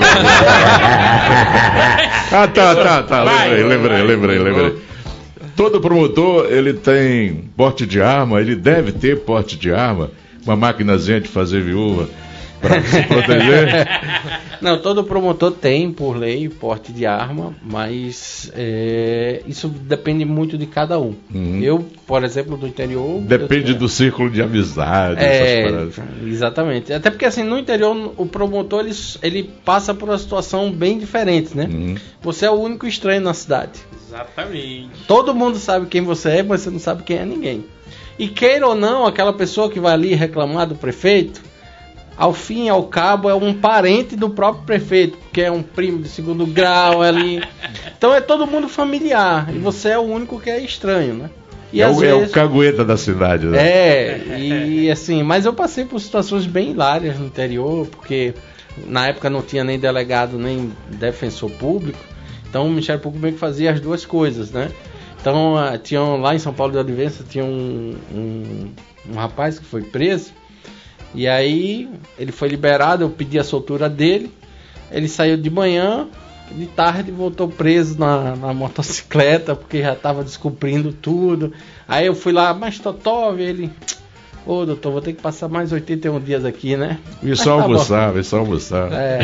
Speaker 3: ah, tá, tá, tá. Vai, lembrei, lembrei, lembrei, lembrei. Todo promotor, ele tem porte de arma, ele deve ter porte de arma. Uma maquinazinha de fazer viúva para se proteger?
Speaker 4: Não, todo promotor tem, por lei, porte de arma, mas é, isso depende muito de cada um. Uhum. Eu, por exemplo, do interior...
Speaker 3: Depende
Speaker 4: tenho...
Speaker 3: do círculo de amizade,
Speaker 4: é,
Speaker 3: essas paradas.
Speaker 4: Exatamente. Até porque, assim, no interior, o promotor, ele, ele passa por uma situação bem diferente, né? Uhum. Você é o único estranho na cidade.
Speaker 1: Exatamente. Todo
Speaker 4: mundo sabe quem você é, mas você não sabe quem é ninguém. E queira ou não, aquela pessoa que vai ali reclamar do prefeito, ao fim e ao cabo é um parente do próprio prefeito, porque é um primo de segundo grau ali. Então é todo mundo familiar, e você é o único que é estranho, né? E
Speaker 3: é,
Speaker 4: às
Speaker 3: o,
Speaker 4: vezes,
Speaker 3: é o cagueta da cidade, né?
Speaker 4: É, e assim, mas eu passei por situações bem hilárias no interior, porque na época não tinha nem delegado, nem defensor público, então o Ministério Público meio que fazia as duas coisas, né? Então, uh, tinham, lá em São Paulo de Olivença, tinha um, um, um rapaz que foi preso, e aí ele foi liberado, eu pedi a soltura dele, ele saiu de manhã, de tarde voltou preso na, na motocicleta, porque já estava descumprindo tudo. Aí eu fui lá, mas Totó, ele... Ô, doutor, vou ter que passar mais oitenta e um dias aqui, né?
Speaker 3: E só tá almoçar, e só almoçar.
Speaker 4: É.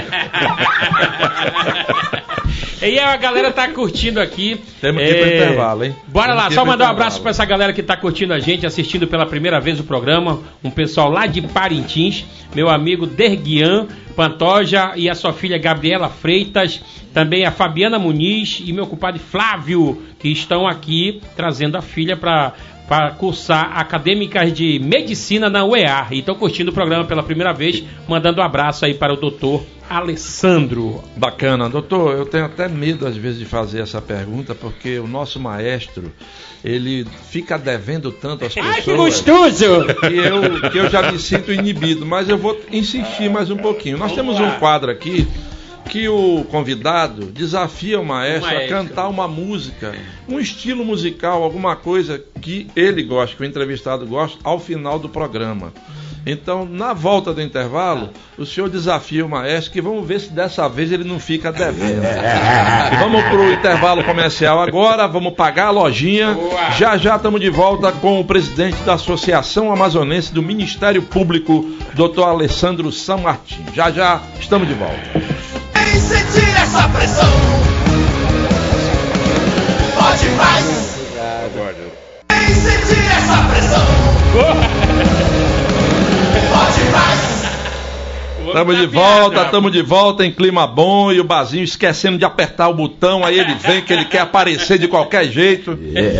Speaker 1: E a galera tá curtindo aqui.
Speaker 2: Temos que ir pro intervalo, hein?
Speaker 1: Bora Temos lá, só mandar um abraço pra essa galera que tá curtindo a gente, assistindo pela primeira vez o programa. Um pessoal lá de Parintins, meu amigo Derguian Pantoja e a sua filha Gabriela Freitas, também a Fabiana Muniz e meu compadre Flávio, que estão aqui trazendo a filha pra para cursar acadêmicas de medicina na U E A. E estão curtindo o programa pela primeira vez, mandando um abraço aí para o doutor Alessandro.
Speaker 2: Bacana. Doutor, eu tenho até medo às vezes de fazer essa pergunta, porque o nosso maestro, ele fica devendo tanto às pessoas.
Speaker 1: Ai, que gostoso!
Speaker 2: Que eu, que eu já me sinto inibido, mas eu vou insistir mais um pouquinho. Nós
Speaker 1: Vamos
Speaker 2: temos
Speaker 1: lá.
Speaker 2: um quadro aqui que o convidado desafia o maestro,
Speaker 1: O maestro.
Speaker 2: a cantar uma música, um estilo musical, alguma coisa que ele gosta, que o entrevistado gosta, ao final do programa. Então, na volta do intervalo, o senhor desafia o maestro, que vamos ver se dessa vez ele não fica devendo. E vamos para o intervalo comercial agora, vamos pagar a lojinha.
Speaker 1: Boa. Já,
Speaker 2: Já estamos de volta com o presidente da Associação Amazonense do Ministério Público, doutor Alessandro San Martin. Já, já estamos de volta.
Speaker 5: Quem sentir essa pressão pode mais. Quem sentir essa pressão pode mais.
Speaker 2: Estamos de volta, estamos de volta em clima bom e o Bazinho esquecendo de apertar o botão, aí ele vem que ele quer aparecer de qualquer jeito.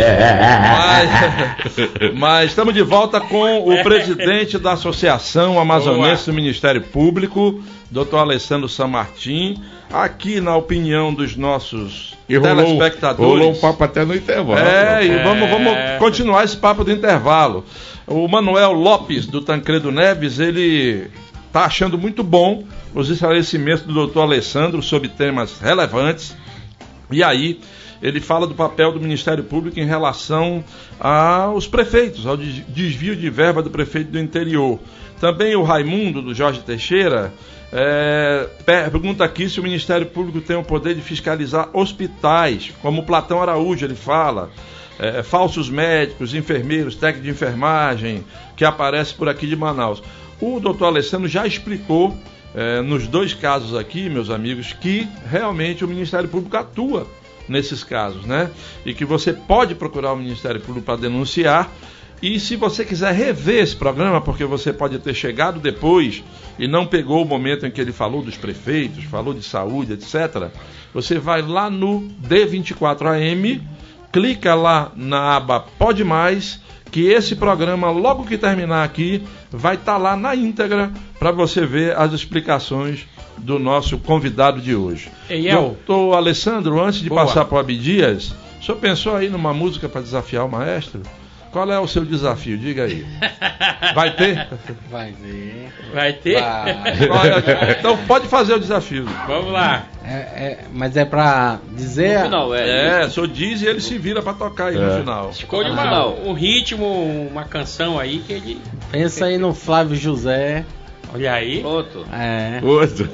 Speaker 2: Mas, mas estamos de volta com o presidente da Associação Amazonense do Ministério Público, doutor Alessandro San Martin, aqui na opinião dos nossos
Speaker 3: E rolou,
Speaker 2: telespectadores.
Speaker 3: rolou um papo até no intervalo.
Speaker 2: É, e
Speaker 1: É.
Speaker 2: vamos, vamos continuar esse papo do intervalo. O Manuel Lopes, do Tancredo Neves, ele está achando muito bom os esclarecimentos do doutor Alessandro sobre temas relevantes. E aí, ele fala do papel do Ministério Público em relação aos prefeitos, ao des- desvio de verba do prefeito do interior. Também o Raimundo, do Jorge Teixeira, é, pergunta aqui se o Ministério Público tem o poder de fiscalizar hospitais, como o Platão Araújo, ele fala. É, falsos médicos, enfermeiros, técnicos de enfermagem, que aparece por aqui de Manaus. O doutor Alessandro já explicou, é, nos dois casos aqui, meus amigos, que realmente o Ministério Público atua nesses casos, né? E que você pode procurar o Ministério Público para denunciar. E se você quiser rever esse programa, porque você pode ter chegado depois e não pegou o momento em que ele falou dos prefeitos, falou de saúde, etcétera, você vai lá no D vinte e quatro A M, clica lá na aba Pode Mais, que esse programa, logo que terminar aqui, vai estar lá na íntegra para você ver as explicações do nosso convidado de hoje.
Speaker 1: Ei, El.
Speaker 2: Doutor Alessandro, antes de
Speaker 1: Boa.
Speaker 2: passar para o Abdias, o senhor pensou aí numa música para desafiar o maestro? Qual é o seu desafio? Diga aí. Vai ter?
Speaker 4: Vai ver.
Speaker 1: Vai ter?
Speaker 4: Vai.
Speaker 2: Qual é? Então pode fazer o desafio.
Speaker 1: Vamos lá.
Speaker 4: É, é, mas é pra dizer.
Speaker 6: No final, é.
Speaker 2: É, o senhor diz e ele se vira para tocar aí no
Speaker 3: É.
Speaker 2: final.
Speaker 1: Escolha uma,
Speaker 6: Final.
Speaker 1: um ritmo, uma canção aí que ele...
Speaker 4: Pensa aí no Flávio José.
Speaker 1: Olha aí.
Speaker 6: Pronto.
Speaker 4: É.
Speaker 3: Outro.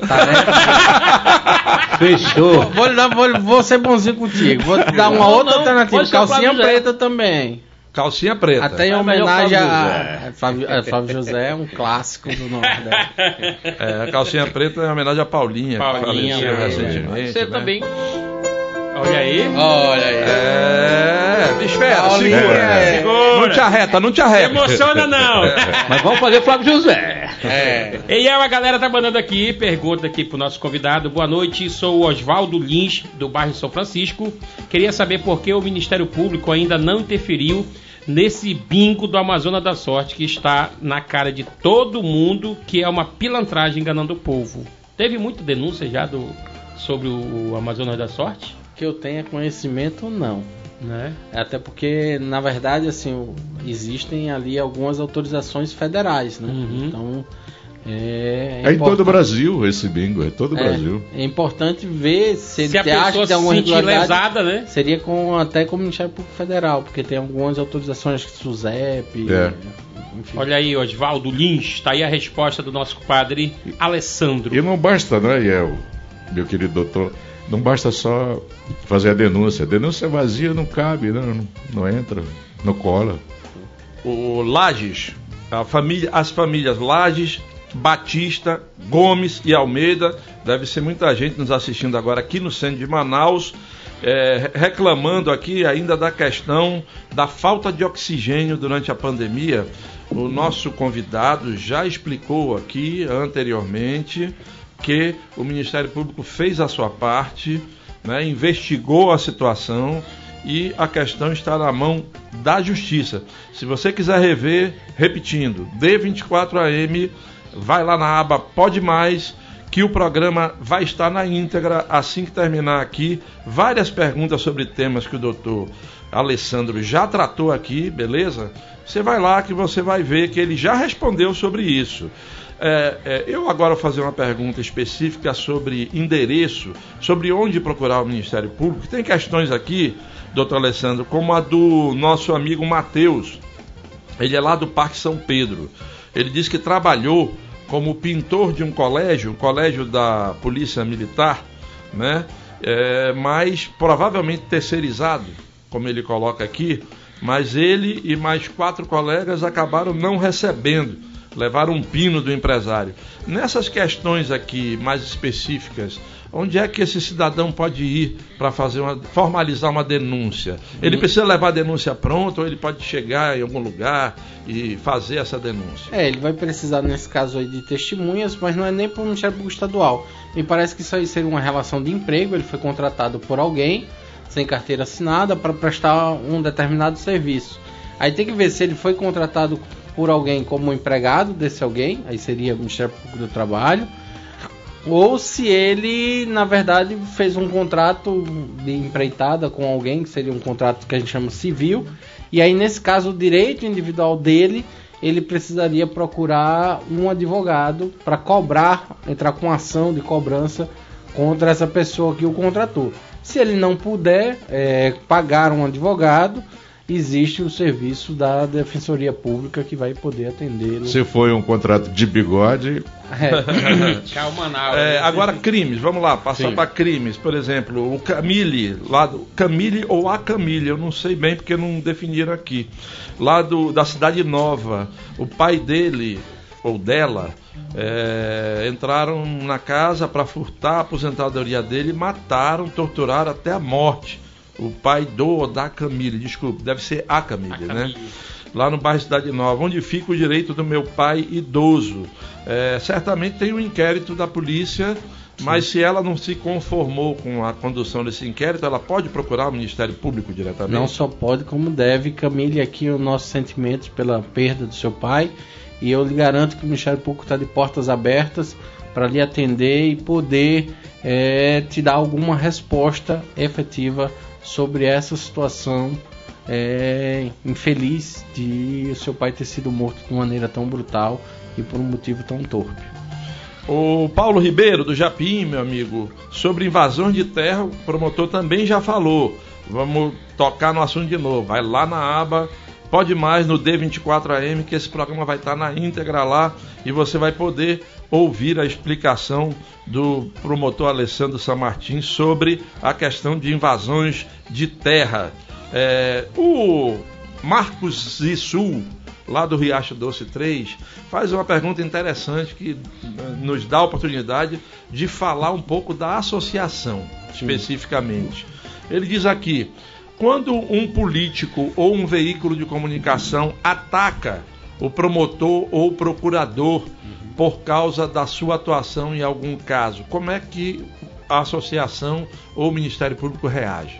Speaker 4: Tá
Speaker 6: Fechou.
Speaker 4: vou, lhe dar- vou, vou ser bonzinho contigo. Vou te dar uma
Speaker 6: Não,
Speaker 4: outra
Speaker 6: não,
Speaker 4: alternativa.
Speaker 6: pode ser o
Speaker 4: Calcinha
Speaker 6: Flávio José.
Speaker 4: preta também.
Speaker 2: Calcinha preta.
Speaker 4: Até em
Speaker 6: É melhor
Speaker 4: homenagem
Speaker 6: Flávio
Speaker 4: a.
Speaker 6: José.
Speaker 4: É, Flávio, é, Flávio José é um clássico do Nordeste.
Speaker 2: É, a calcinha preta é em homenagem a Paulinha,
Speaker 1: Paulinha,
Speaker 2: que faleceu
Speaker 1: é.
Speaker 2: recentemente.
Speaker 6: Você
Speaker 2: né?
Speaker 6: também.
Speaker 1: Olha aí.
Speaker 4: Olha aí.
Speaker 2: É, espera,
Speaker 4: Paulinha,
Speaker 2: segura,
Speaker 4: é.
Speaker 2: segura. Não te arreta, não te
Speaker 1: Não
Speaker 2: arreta.
Speaker 1: emociona não.
Speaker 6: Mas vamos fazer Flávio José.
Speaker 4: É.
Speaker 1: E aí, a galera tá mandando aqui, pergunta aqui pro nosso convidado. Boa noite, sou o Oswaldo Lins, do bairro São Francisco. Queria saber por que o Ministério Público ainda não interferiu nesse bingo do Amazonas da Sorte, que está na cara de todo mundo, que é uma pilantragem enganando o povo. Teve muita denúncia já do, sobre o, o Amazonas da Sorte?
Speaker 4: Que eu tenha conhecimento, não.
Speaker 1: Né?
Speaker 4: Até porque, na verdade, assim, o- existem ali algumas autorizações federais, né?
Speaker 1: Uhum.
Speaker 4: Então, é,
Speaker 3: É em todo o
Speaker 4: importante-
Speaker 3: Brasil esse bingo, é todo o
Speaker 4: é,
Speaker 3: Brasil.
Speaker 4: é importante ver se,
Speaker 1: Se a
Speaker 4: ele acha
Speaker 1: pessoa
Speaker 4: que tem alguma
Speaker 1: se sentir
Speaker 4: irregularidade.
Speaker 1: lesada, né?
Speaker 4: Seria com, até com o Ministério Público Federal, porque tem algumas autorizações, acho que SUSEP,
Speaker 3: É.
Speaker 4: enfim.
Speaker 1: Olha aí, Oswaldo Lins, tá aí a resposta do nosso compadre Alessandro.
Speaker 3: E não basta, né, Iel, meu querido doutor, não basta só fazer a denúncia. A denúncia vazia não cabe, né? não, não entra, não cola.
Speaker 2: O Lages, a família, as famílias Lages, Batista, Gomes e Almeida, deve ser muita gente nos assistindo agora aqui no centro de Manaus, é, reclamando aqui ainda da questão da falta de oxigênio durante a pandemia. O nosso convidado já explicou aqui anteriormente que o Ministério Público fez a sua parte, né, investigou a situação e a questão está na mão da Justiça. Se você quiser rever, repetindo, D vinte e quatro A M, vai lá na aba Pode Mais, que o programa vai estar na íntegra assim que terminar aqui. Várias perguntas sobre temas que o doutor Alessandro já tratou aqui, beleza? Você vai lá que você vai ver que ele já respondeu sobre isso. É, é, eu agora vou fazer uma pergunta específica sobre endereço, sobre onde procurar o Ministério Público. Tem questões aqui, doutor Alessandro, como a do nosso amigo Matheus. Ele é lá do Parque São Pedro. Ele diz que trabalhou como pintor de um colégio, um colégio da Polícia Militar, né? É, mas provavelmente terceirizado, como ele coloca aqui, mas ele e mais quatro colegas acabaram não recebendo, levaram um pino do empresário. Nessas questões aqui mais específicas, onde é que esse cidadão pode ir para fazer uma, formalizar uma denúncia? Ele precisa levar a denúncia pronta ou ele pode chegar em algum lugar e fazer essa denúncia?
Speaker 4: É, ele vai precisar nesse caso aí de testemunhas, mas não é nem para o Ministério Público Estadual. Me parece que isso aí seria uma relação de emprego, ele foi contratado por alguém sem carteira assinada para prestar um determinado serviço. Aí tem que ver se ele foi contratado por alguém como empregado desse alguém, aí seria o Ministério Público do Trabalho, ou se ele, na verdade, fez um contrato de empreitada com alguém, que seria um contrato que a gente chama civil, e aí nesse caso o direito individual dele, ele precisaria procurar um advogado para cobrar, entrar com ação de cobrança contra essa pessoa que o contratou. Se ele não puder é, pagar um advogado, existe o serviço da Defensoria Pública que vai poder atendê-lo.
Speaker 3: Se foi um contrato de bigode...
Speaker 4: É.
Speaker 1: Calma, não.
Speaker 2: É, agora, crimes, vamos lá, passar para crimes. Por exemplo, o Camille, lá do Camille ou a Camille, eu não sei bem porque não definiram aqui. Lá do, da Cidade Nova, o pai dele ou dela é, entraram na casa para furtar a aposentadoria dele e mataram, torturaram até a morte. O pai do ou da Camille, desculpe, deve ser a Camille, a né? Lá no bairro Cidade Nova, onde fica o direito do meu pai idoso. É, certamente tem um inquérito da polícia, mas se ela não se conformou com a condução desse inquérito, ela pode procurar o Ministério Público diretamente?
Speaker 4: Não só pode, como deve. Camille, aqui os nossos sentimentos pela perda do seu pai, e eu lhe garanto que o Ministério Público está de portas abertas para lhe atender e poder é, te dar alguma resposta efetiva sobre essa situação é, infeliz de o seu pai ter sido morto de maneira tão brutal e por um motivo tão torpe.
Speaker 2: O Paulo Ribeiro, do Japim, meu amigo, sobre invasões de terra, o promotor também já falou. Vamos tocar no assunto de novo. Vai lá na aba Pode Mais, no D vinte e quatro A M, que esse programa vai estar na íntegra lá e você vai poder ouvir a explicação do promotor Alessandro Samartim sobre a questão de invasões de terra. É, o Marcos Zissul, lá do Riacho Doce três, faz uma pergunta interessante que nos dá a oportunidade de falar um pouco da associação, especificamente. Ele diz aqui: quando um político ou um veículo de comunicação ataca o promotor ou o procurador por causa da sua atuação em algum caso, como é que a associação ou o Ministério Público reage?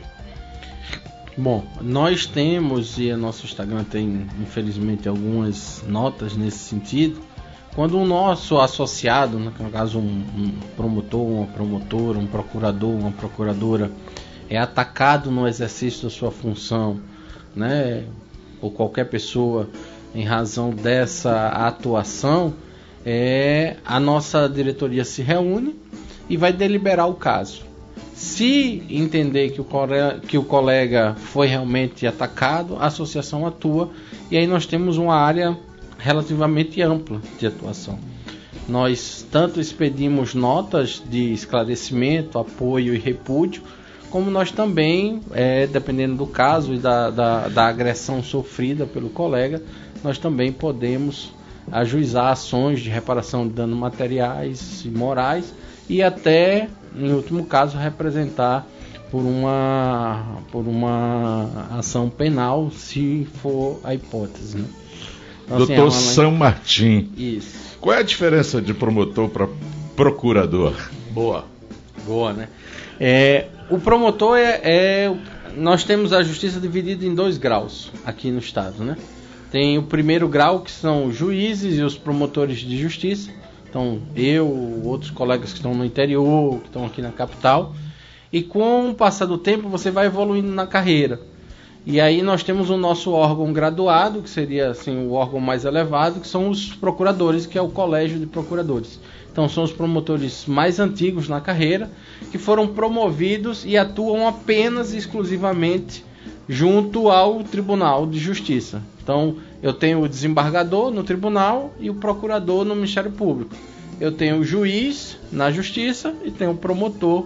Speaker 4: Bom, nós temos, e o nosso Instagram tem, infelizmente, algumas notas nesse sentido. Quando o nosso associado, no caso um, um promotor, uma promotora, um procurador, uma procuradora, é atacado no exercício da sua função, né, por qualquer pessoa em razão dessa atuação, é, a nossa diretoria se reúne e vai deliberar o caso. Se entender que o, colega, que o colega foi realmente atacado, a associação atua, e aí nós temos uma área relativamente ampla de atuação. Nós tanto expedimos notas de esclarecimento, apoio e repúdio, como nós também, é, dependendo do caso e da, da, da agressão sofrida pelo colega, nós também podemos ajuizar ações de reparação de danos materiais e morais e até, em último caso, representar por uma, por uma ação penal, se for a hipótese, né? Então,
Speaker 3: doutor assim, é uma... São Martim.
Speaker 4: Isso.
Speaker 3: Qual é a diferença de promotor para procurador?
Speaker 4: Boa. Boa, né? É, o promotor é, é nós temos a justiça dividida em dois graus aqui no estado, né? Tem o primeiro grau, que são os juízes e os promotores de justiça. Então, eu, outros colegas que estão no interior, que estão aqui na capital. E com o passar do tempo, você vai evoluindo na carreira. E aí nós temos o nosso órgão graduado, que seria assim, o órgão mais elevado, que são os procuradores, que é o colégio de procuradores. Então são os promotores mais antigos na carreira, que foram promovidos e atuam apenas e exclusivamente junto ao Tribunal de Justiça. Então eu tenho o desembargador no tribunal e o procurador no Ministério Público. Eu tenho o juiz na Justiça e tenho o promotor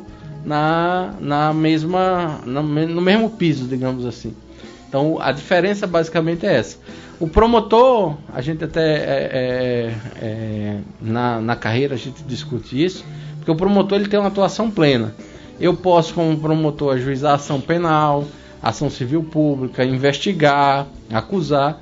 Speaker 4: na, na mesma, na, no mesmo piso, digamos assim. Então a diferença basicamente é essa. O promotor, a gente até é, é, é, na, na carreira a gente discute isso, porque o promotor ele tem uma atuação plena. Eu posso, como promotor, ajuizar ação penal, ação civil pública, investigar, acusar.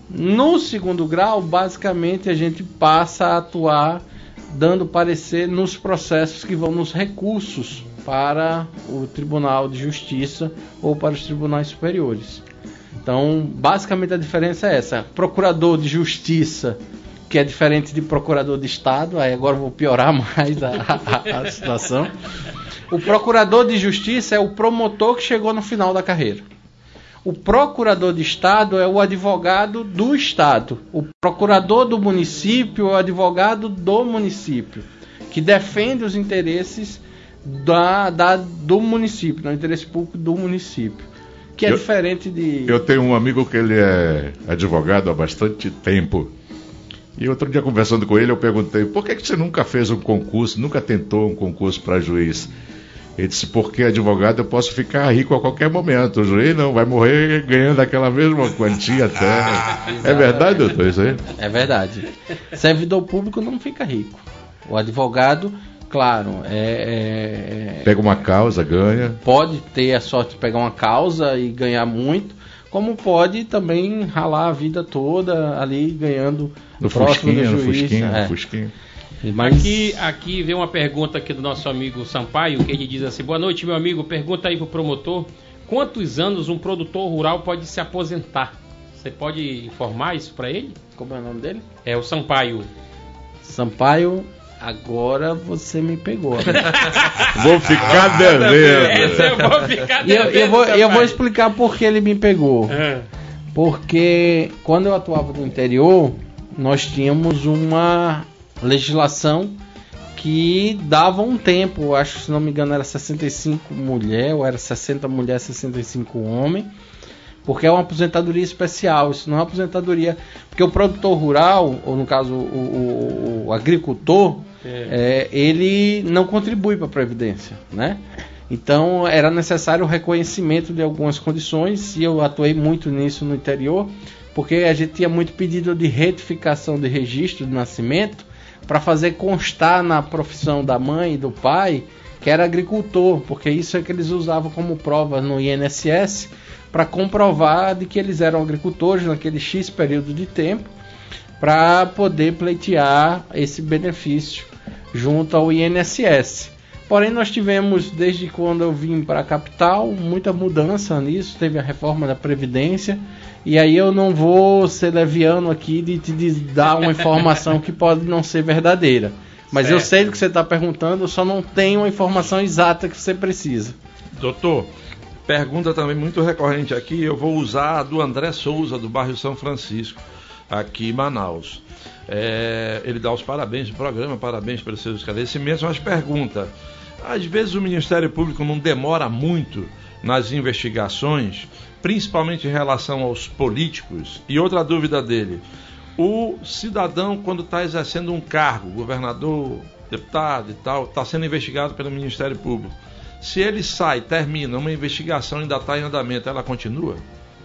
Speaker 4: No segundo grau, basicamente a gente passa a atuar dando parecer nos processos que vão nos recursos para o Tribunal de Justiça ou para os tribunais superiores. Então, basicamente a diferença é essa. Procurador de Justiça, que é diferente de Procurador de Estado, aí agora eu vou piorar mais a, a, a situação. O Procurador de Justiça é o promotor que chegou no final da carreira. O Procurador de Estado é o advogado do Estado. O Procurador do município é o advogado do município, que defende os interesses da, da, do município, do interesse público do município. Que é eu, diferente de...
Speaker 3: Eu tenho um amigo que ele é advogado há bastante tempo. E outro dia, conversando com ele, eu perguntei: por que, que você nunca fez um concurso, nunca tentou um concurso para juiz? Ele disse: porque advogado eu posso ficar rico a qualquer momento. O juiz não, vai morrer ganhando aquela mesma quantia até. Ah, é verdade, doutor, isso aí?
Speaker 4: É verdade. Servidor público não fica rico. O advogado... Claro, é, é,
Speaker 3: pega uma causa, ganha.
Speaker 4: Pode ter a sorte de pegar uma causa e ganhar muito, como pode também ralar a vida toda ali ganhando
Speaker 3: no
Speaker 4: próximo
Speaker 3: fusquinha,
Speaker 4: do juiz.
Speaker 3: No fusquinha,
Speaker 4: é.
Speaker 3: no fusquinha.
Speaker 1: Mas... Aqui, aqui vem uma pergunta aqui do nosso amigo Sampaio, que ele diz assim: boa noite, meu amigo, pergunta aí pro promotor, quantos anos um produtor rural pode se aposentar? Você pode informar isso para ele?
Speaker 4: Como é o nome dele?
Speaker 1: É o Sampaio.
Speaker 4: Sampaio... Agora você me pegou.
Speaker 3: Vou ficar devendo.
Speaker 1: Eu vou ficar devendo.
Speaker 4: E eu, eu, vou, eu vou explicar por que ele me pegou. É. Porque quando eu atuava no interior, nós tínhamos uma legislação que dava um tempo. Acho que, se não me engano, era sessenta e cinco mulher, ou era sessenta mulher, sessenta e cinco homem. Porque é uma aposentadoria especial, isso não é uma aposentadoria... Porque o produtor rural, ou no caso o, o, o agricultor, é. É, ele não contribui para a Previdência, né? Então era necessário o reconhecimento de algumas condições, e eu atuei muito nisso no interior, porque a gente tinha muito pedido de retificação de registro de nascimento, para fazer constar na profissão da mãe e do pai que era agricultor, porque isso é que eles usavam como prova no I N S S, para comprovar de que eles eram agricultores naquele X período de tempo, para poder pleitear esse benefício junto ao I N S S. Porém, nós tivemos, desde quando eu vim para a capital, muita mudança nisso. Teve a reforma da Previdência, e aí eu não vou ser leviano aqui de te dar uma informação que pode não ser verdadeira. Mas certo. Eu sei do que você está perguntando, eu só não tenho a informação exata que você precisa.
Speaker 2: Doutor, pergunta também muito recorrente aqui, eu vou usar a do André Souza, do bairro São Francisco, aqui em Manaus. É, ele dá os parabéns do programa, parabéns pelos seus esclarecimentos, mas pergunta: às vezes o Ministério Público não demora muito nas investigações, principalmente em relação aos políticos? E outra dúvida dele: o cidadão, quando está exercendo um cargo, governador, deputado e tal, está sendo investigado pelo Ministério Público, se ele sai, termina, uma investigação ainda está em andamento, ela continua?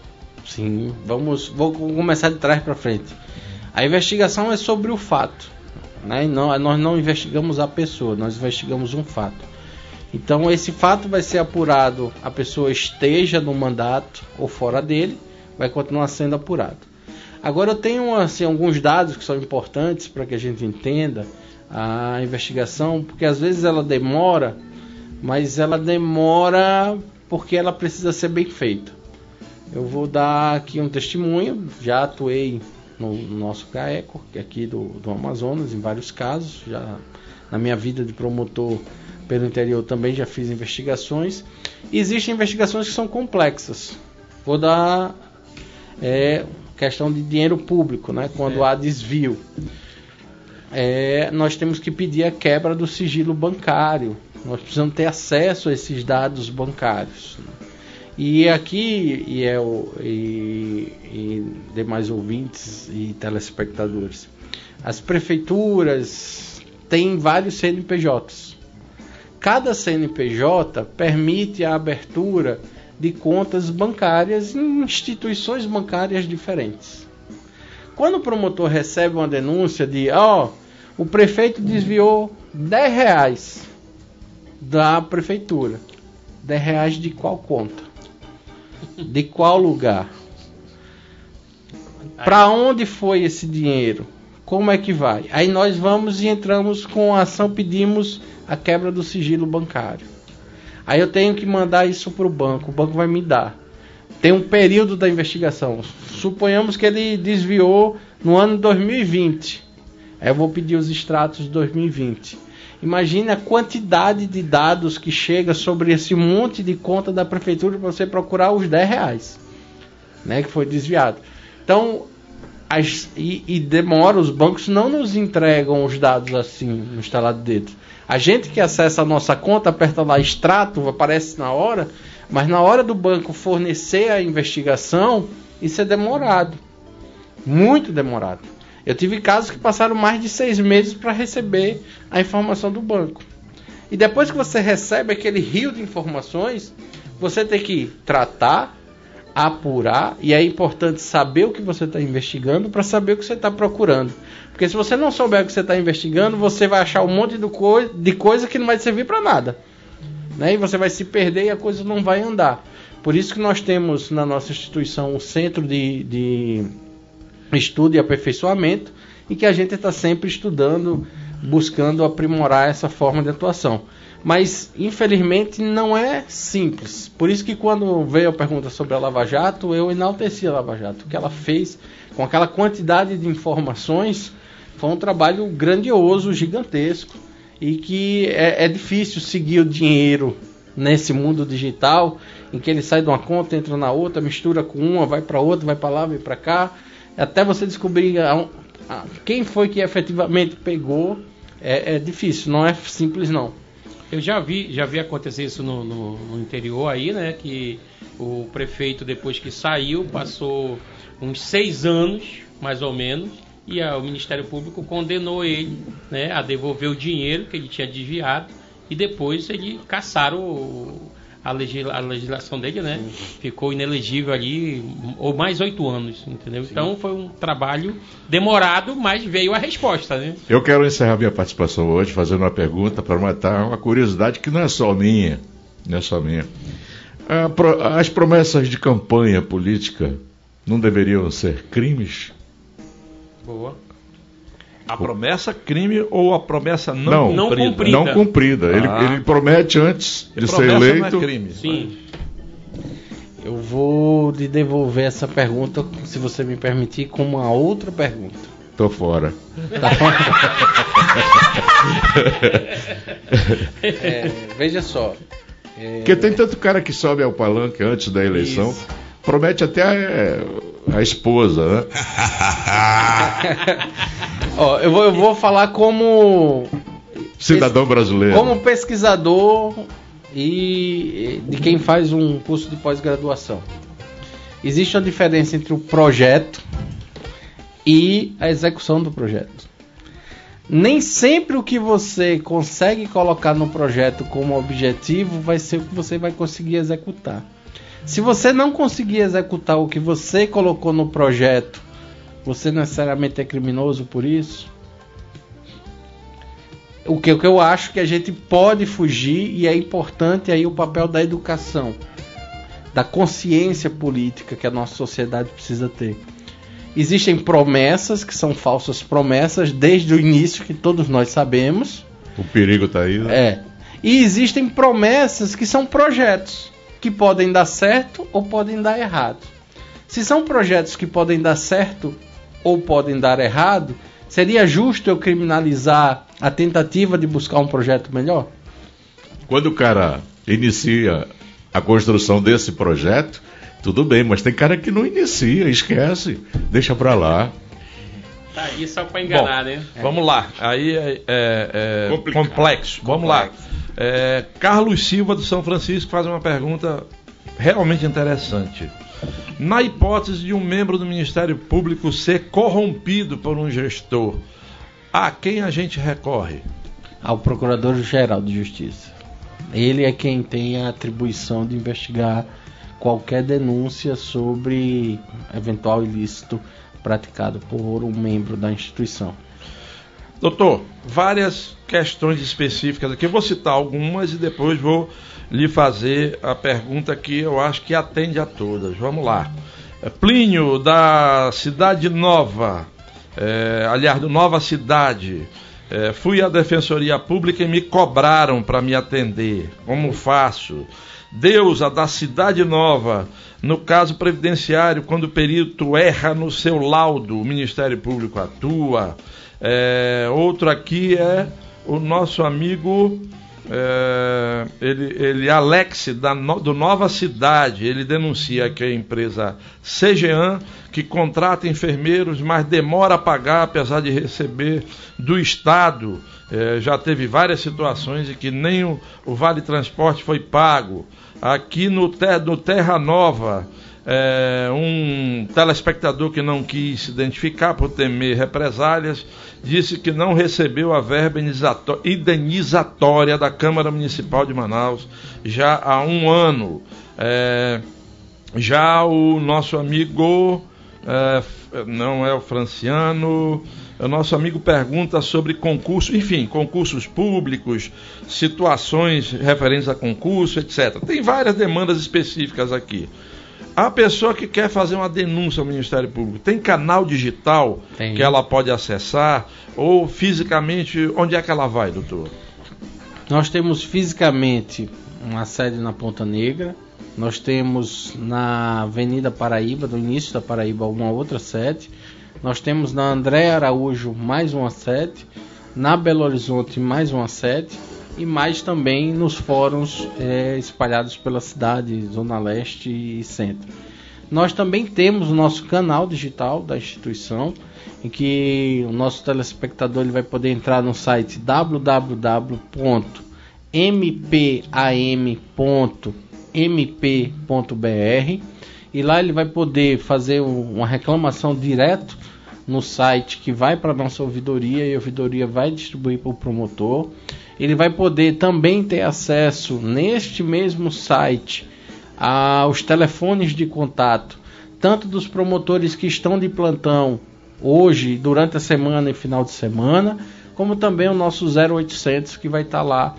Speaker 4: Sim, vamos, vou começar de trás para frente. A investigação é sobre o fato, né? Não, nós não investigamos a pessoa, nós investigamos um fato. Então esse fato vai ser apurado, a pessoa esteja no mandato ou fora dele, vai continuar sendo apurado. Agora eu tenho assim, alguns dados que são importantes para que a gente entenda a investigação, porque às vezes ela demora, mas ela demora porque ela precisa ser bem feita. Eu vou dar aqui um testemunho, já atuei no, no nosso GAECO, aqui do, do Amazonas, em vários casos, já na minha vida de promotor pelo interior também já fiz investigações. E existem investigações que são complexas. Vou dar é, questão de dinheiro público, né, quando é. há desvio. É, nós temos que pedir a quebra do sigilo bancário. Nós precisamos ter acesso a esses dados bancários. E aqui, e, é o, e, e demais ouvintes e telespectadores, as prefeituras têm vários C N P Js. Cada C N P J permite a abertura de contas bancárias em instituições bancárias diferentes. Quando o promotor recebe uma denúncia de, ó, oh, o prefeito desviou dez reais da prefeitura. dez reais de qual conta? De qual lugar? Para onde foi esse dinheiro? Como é que vai? Aí nós vamos e entramos com a ação, pedimos a quebra do sigilo bancário. Aí eu tenho que mandar isso para o banco, o banco vai me dar. Tem um período da investigação. Suponhamos que ele desviou no ano dois mil e vinte. Aí eu vou pedir os extratos de dois mil e vinte. Imagine a quantidade de dados que chega sobre esse monte de conta da prefeitura para você procurar os dez reais, né, que foi desviado. Então, as, e, e demora, os bancos não nos entregam os dados assim, no estalar de dedos. A gente que acessa a nossa conta, aperta lá extrato, aparece na hora, mas na hora do banco fornecer a investigação, isso é demorado. Muito demorado. Eu tive casos que passaram mais de seis meses para receber a informação do banco. E depois que você recebe aquele rio de informações, você tem que tratar, apurar, e é importante saber o que você está investigando para saber o que você está procurando. Porque se você não souber o que você está investigando, você vai achar um monte de, co- de coisa que não vai servir para nada, né? E você vai se perder e a coisa não vai andar. Por isso que nós temos na nossa instituição um centro de... de estudo e aperfeiçoamento, e que a gente está sempre estudando, buscando aprimorar essa forma de atuação. Mas, infelizmente, não é simples. Por isso que quando veio a pergunta sobre a Lava Jato, eu enalteci a Lava Jato. O que ela fez com aquela quantidade de informações foi um trabalho grandioso, gigantesco, e que é, é difícil seguir o dinheiro nesse mundo digital, em que ele sai de uma conta, entra na outra, mistura com uma, vai para outra, vai para lá, vai para cá, até você descobrir a, a, quem foi que efetivamente pegou. É, é difícil, não é simples não.
Speaker 1: Eu já vi, já vi acontecer isso no, no, no interior aí, né? Que o prefeito, depois que saiu, passou uns seis anos, mais ou menos, e a, o Ministério Público condenou ele, né, a devolver o dinheiro que ele tinha desviado, e depois ele cassaram o, a, legisla, a legislação dele, né? Sim. Ficou inelegível ali, ou mais oito anos, entendeu? Sim. Então foi um trabalho demorado, mas veio a resposta, né?
Speaker 3: Eu quero encerrar minha participação hoje fazendo uma pergunta para matar uma curiosidade que não é só minha, não é só minha. As promessas de campanha política não deveriam ser crimes?
Speaker 1: Boa.
Speaker 2: A promessa crime ou a promessa não,
Speaker 3: não
Speaker 2: cumprida?
Speaker 3: cumprida. Não cumprida. Ah. Ele, ele promete antes de ser eleito. Não é crime.
Speaker 1: Sim.
Speaker 4: Eu vou lhe devolver essa pergunta, se você me permitir, com uma outra pergunta.
Speaker 3: Tô fora.
Speaker 4: Tá. é, veja só. É...
Speaker 3: Porque tem tanto cara que sobe ao palanque antes da eleição, isso. Promete até a, a esposa, né?
Speaker 4: Ó, eu, vou, eu vou falar como
Speaker 3: cidadão brasileiro,
Speaker 4: como pesquisador e de quem faz um curso de pós-graduação. Existe uma diferença entre o projeto e a execução do projeto. Nem sempre o que você consegue colocar no projeto como objetivo vai ser o que você vai conseguir executar. Se você não conseguir executar o que você colocou no projeto, você necessariamente é criminoso por isso? O que, o que eu acho que a gente pode fugir, e é importante aí o papel da educação, da consciência política que a nossa sociedade precisa ter. Existem promessas que são falsas promessas desde o início, que todos nós sabemos.
Speaker 3: O perigo está aí, né?
Speaker 4: É. E existem promessas que são projetos. que podem dar certo ou podem dar errado. Se são projetos que podem dar certo ou podem dar errado, seria justo eu criminalizar a tentativa de buscar um projeto melhor?
Speaker 3: Quando o cara inicia a construção desse projeto, tudo bem, mas tem cara que não inicia, esquece, deixa pra lá.
Speaker 1: Tá aí só pra enganar,
Speaker 2: Bom,
Speaker 1: né?
Speaker 2: Vamos lá, aí é, é, é
Speaker 3: Complicado.
Speaker 2: complexo. Vamos
Speaker 1: Complexo.
Speaker 2: lá. É, Carlos Silva do São Francisco faz uma pergunta realmente interessante. Na hipótese de um membro do Ministério Público ser corrompido por um gestor, a quem a gente recorre?
Speaker 4: Ao Procurador-Geral de Justiça. Ele é quem tem a atribuição de investigar qualquer denúncia sobre eventual ilícito praticado por um membro da instituição.
Speaker 2: Doutor, várias questões específicas aqui. Eu vou citar algumas e depois vou lhe fazer a pergunta que eu acho que atende a todas. Vamos lá. Plínio, da Cidade Nova, é, aliás, do Nova Cidade. É, fui à Defensoria Pública e me cobraram para me atender. Como faço? Deusa, da Cidade Nova, no caso previdenciário, quando o perito erra no seu laudo, o Ministério Público atua. É, outro aqui é o nosso amigo é, ele, ele Alex da, do Nova Cidade. Ele denuncia que a empresa Cegean, que contrata enfermeiros, mas demora a pagar apesar de receber do Estado. É, já teve várias situações em que nem o, o Vale Transporte foi pago. Aqui no, ter, no Terra Nova, é, um telespectador que não quis se identificar por temer represálias, disse que não recebeu a verba indenizatória da Câmara Municipal de Manaus já há um ano. É, já o nosso amigo, é, não é o Franciano, o nosso amigo pergunta sobre concurso, enfim, concursos públicos, situações referentes a concurso, etcétera. Tem várias demandas específicas aqui. A pessoa que quer fazer uma denúncia ao Ministério Público, tem canal digital
Speaker 4: Tem.
Speaker 2: que ela pode acessar? Ou fisicamente, onde é que ela vai, doutor?
Speaker 4: Nós temos fisicamente uma sede na Ponta Negra, nós temos na Avenida Paraíba, no início da Paraíba, uma outra sede, nós temos na André Araújo mais uma sede, na Belo Horizonte mais uma sede, e mais também nos fóruns é, espalhados pela cidade, Zona Leste e Centro. Nós também temos o nosso canal digital da instituição, em que o nosso telespectador ele vai poder entrar no site w w w ponto m p a m ponto m p ponto b r e lá ele vai poder fazer uma reclamação direto no site que vai para a nossa ouvidoria e a ouvidoria vai distribuir para o promotor. Ele vai poder também ter acesso neste mesmo site aos telefones de contato, tanto dos promotores que estão de plantão hoje, durante a semana e final de semana, como também o nosso zero oitocentos que vai estar lá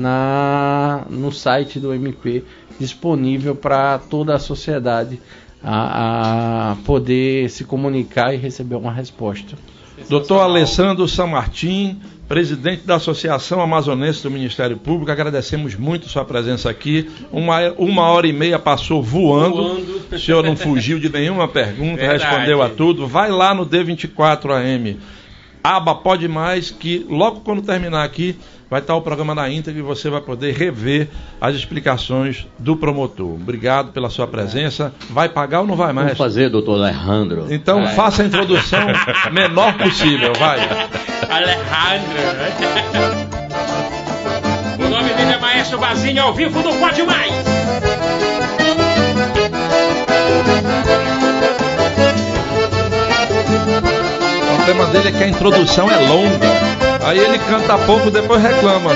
Speaker 4: na, no site do M P, disponível para toda a sociedade a, a poder se comunicar e receber uma resposta.
Speaker 2: doutor Alessandro San Martin, presidente da Associação Amazonense do Ministério Público, agradecemos muito sua presença aqui. Uma, uma hora e meia passou voando. voando. O senhor não fugiu de nenhuma pergunta, verdade, respondeu a tudo. Vai lá no D vinte e quatro A M, aba Pode Mais, que logo quando terminar aqui vai estar o programa na íntegra e você vai poder rever as explicações do promotor. Obrigado pela sua presença. Vai pagar ou não vai mais?
Speaker 6: Vamos fazer, doutor Alejandro.
Speaker 2: Então
Speaker 6: vai.
Speaker 2: Faça a introdução menor possível, vai.
Speaker 1: Alejandro. O nome dele é Maestro Bazinho, ao vivo no Pode Mais.
Speaker 2: O tema dele é que a introdução é longa. Aí ele canta pouco, depois reclama.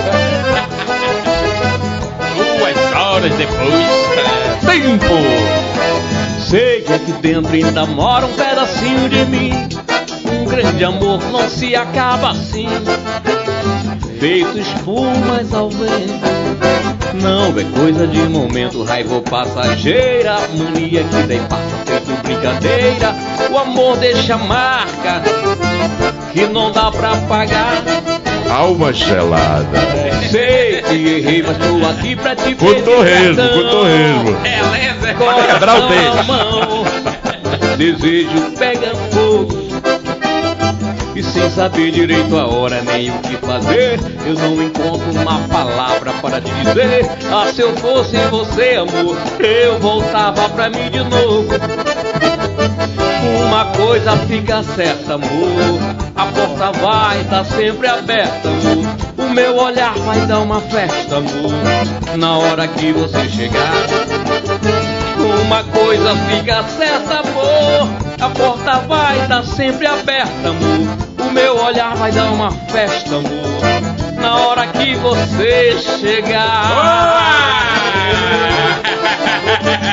Speaker 1: Duas horas depois.
Speaker 2: Tempo!
Speaker 6: Sei que aqui dentro ainda mora um pedacinho de mim. Um grande amor não se acaba assim. Feito espumas ao vento. Não é coisa de momento, raiva passageira. Mania que daí passa feito brincadeira. O amor deixa marca que não dá pra pagar.
Speaker 3: alma gelada.
Speaker 6: Sei que errei, mas tô aqui pra te
Speaker 3: Com
Speaker 6: pedir
Speaker 3: torresmo,
Speaker 6: perdão.
Speaker 3: com torresmo.
Speaker 1: Beleza.
Speaker 6: Coração
Speaker 2: quebrar o peixe.
Speaker 6: na mão, desejo pega fogo. E sem saber direito a hora nem o que fazer, eu não encontro uma palavra para te dizer. Ah, se eu fosse você, amor, eu voltava pra mim de novo. Uma coisa fica certa, amor, a porta vai estar sempre aberta, amor. O meu olhar vai dar uma festa, amor, na hora que você chegar. Uma coisa fica certa, amor, a porta vai estar sempre aberta, amor. O meu olhar vai dar uma festa, amor, na hora que você chegar.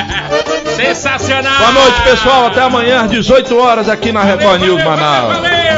Speaker 1: Sensacional!
Speaker 2: Boa noite, pessoal. Até amanhã às dezoito horas aqui na Record News Manaus.
Speaker 1: Valeu!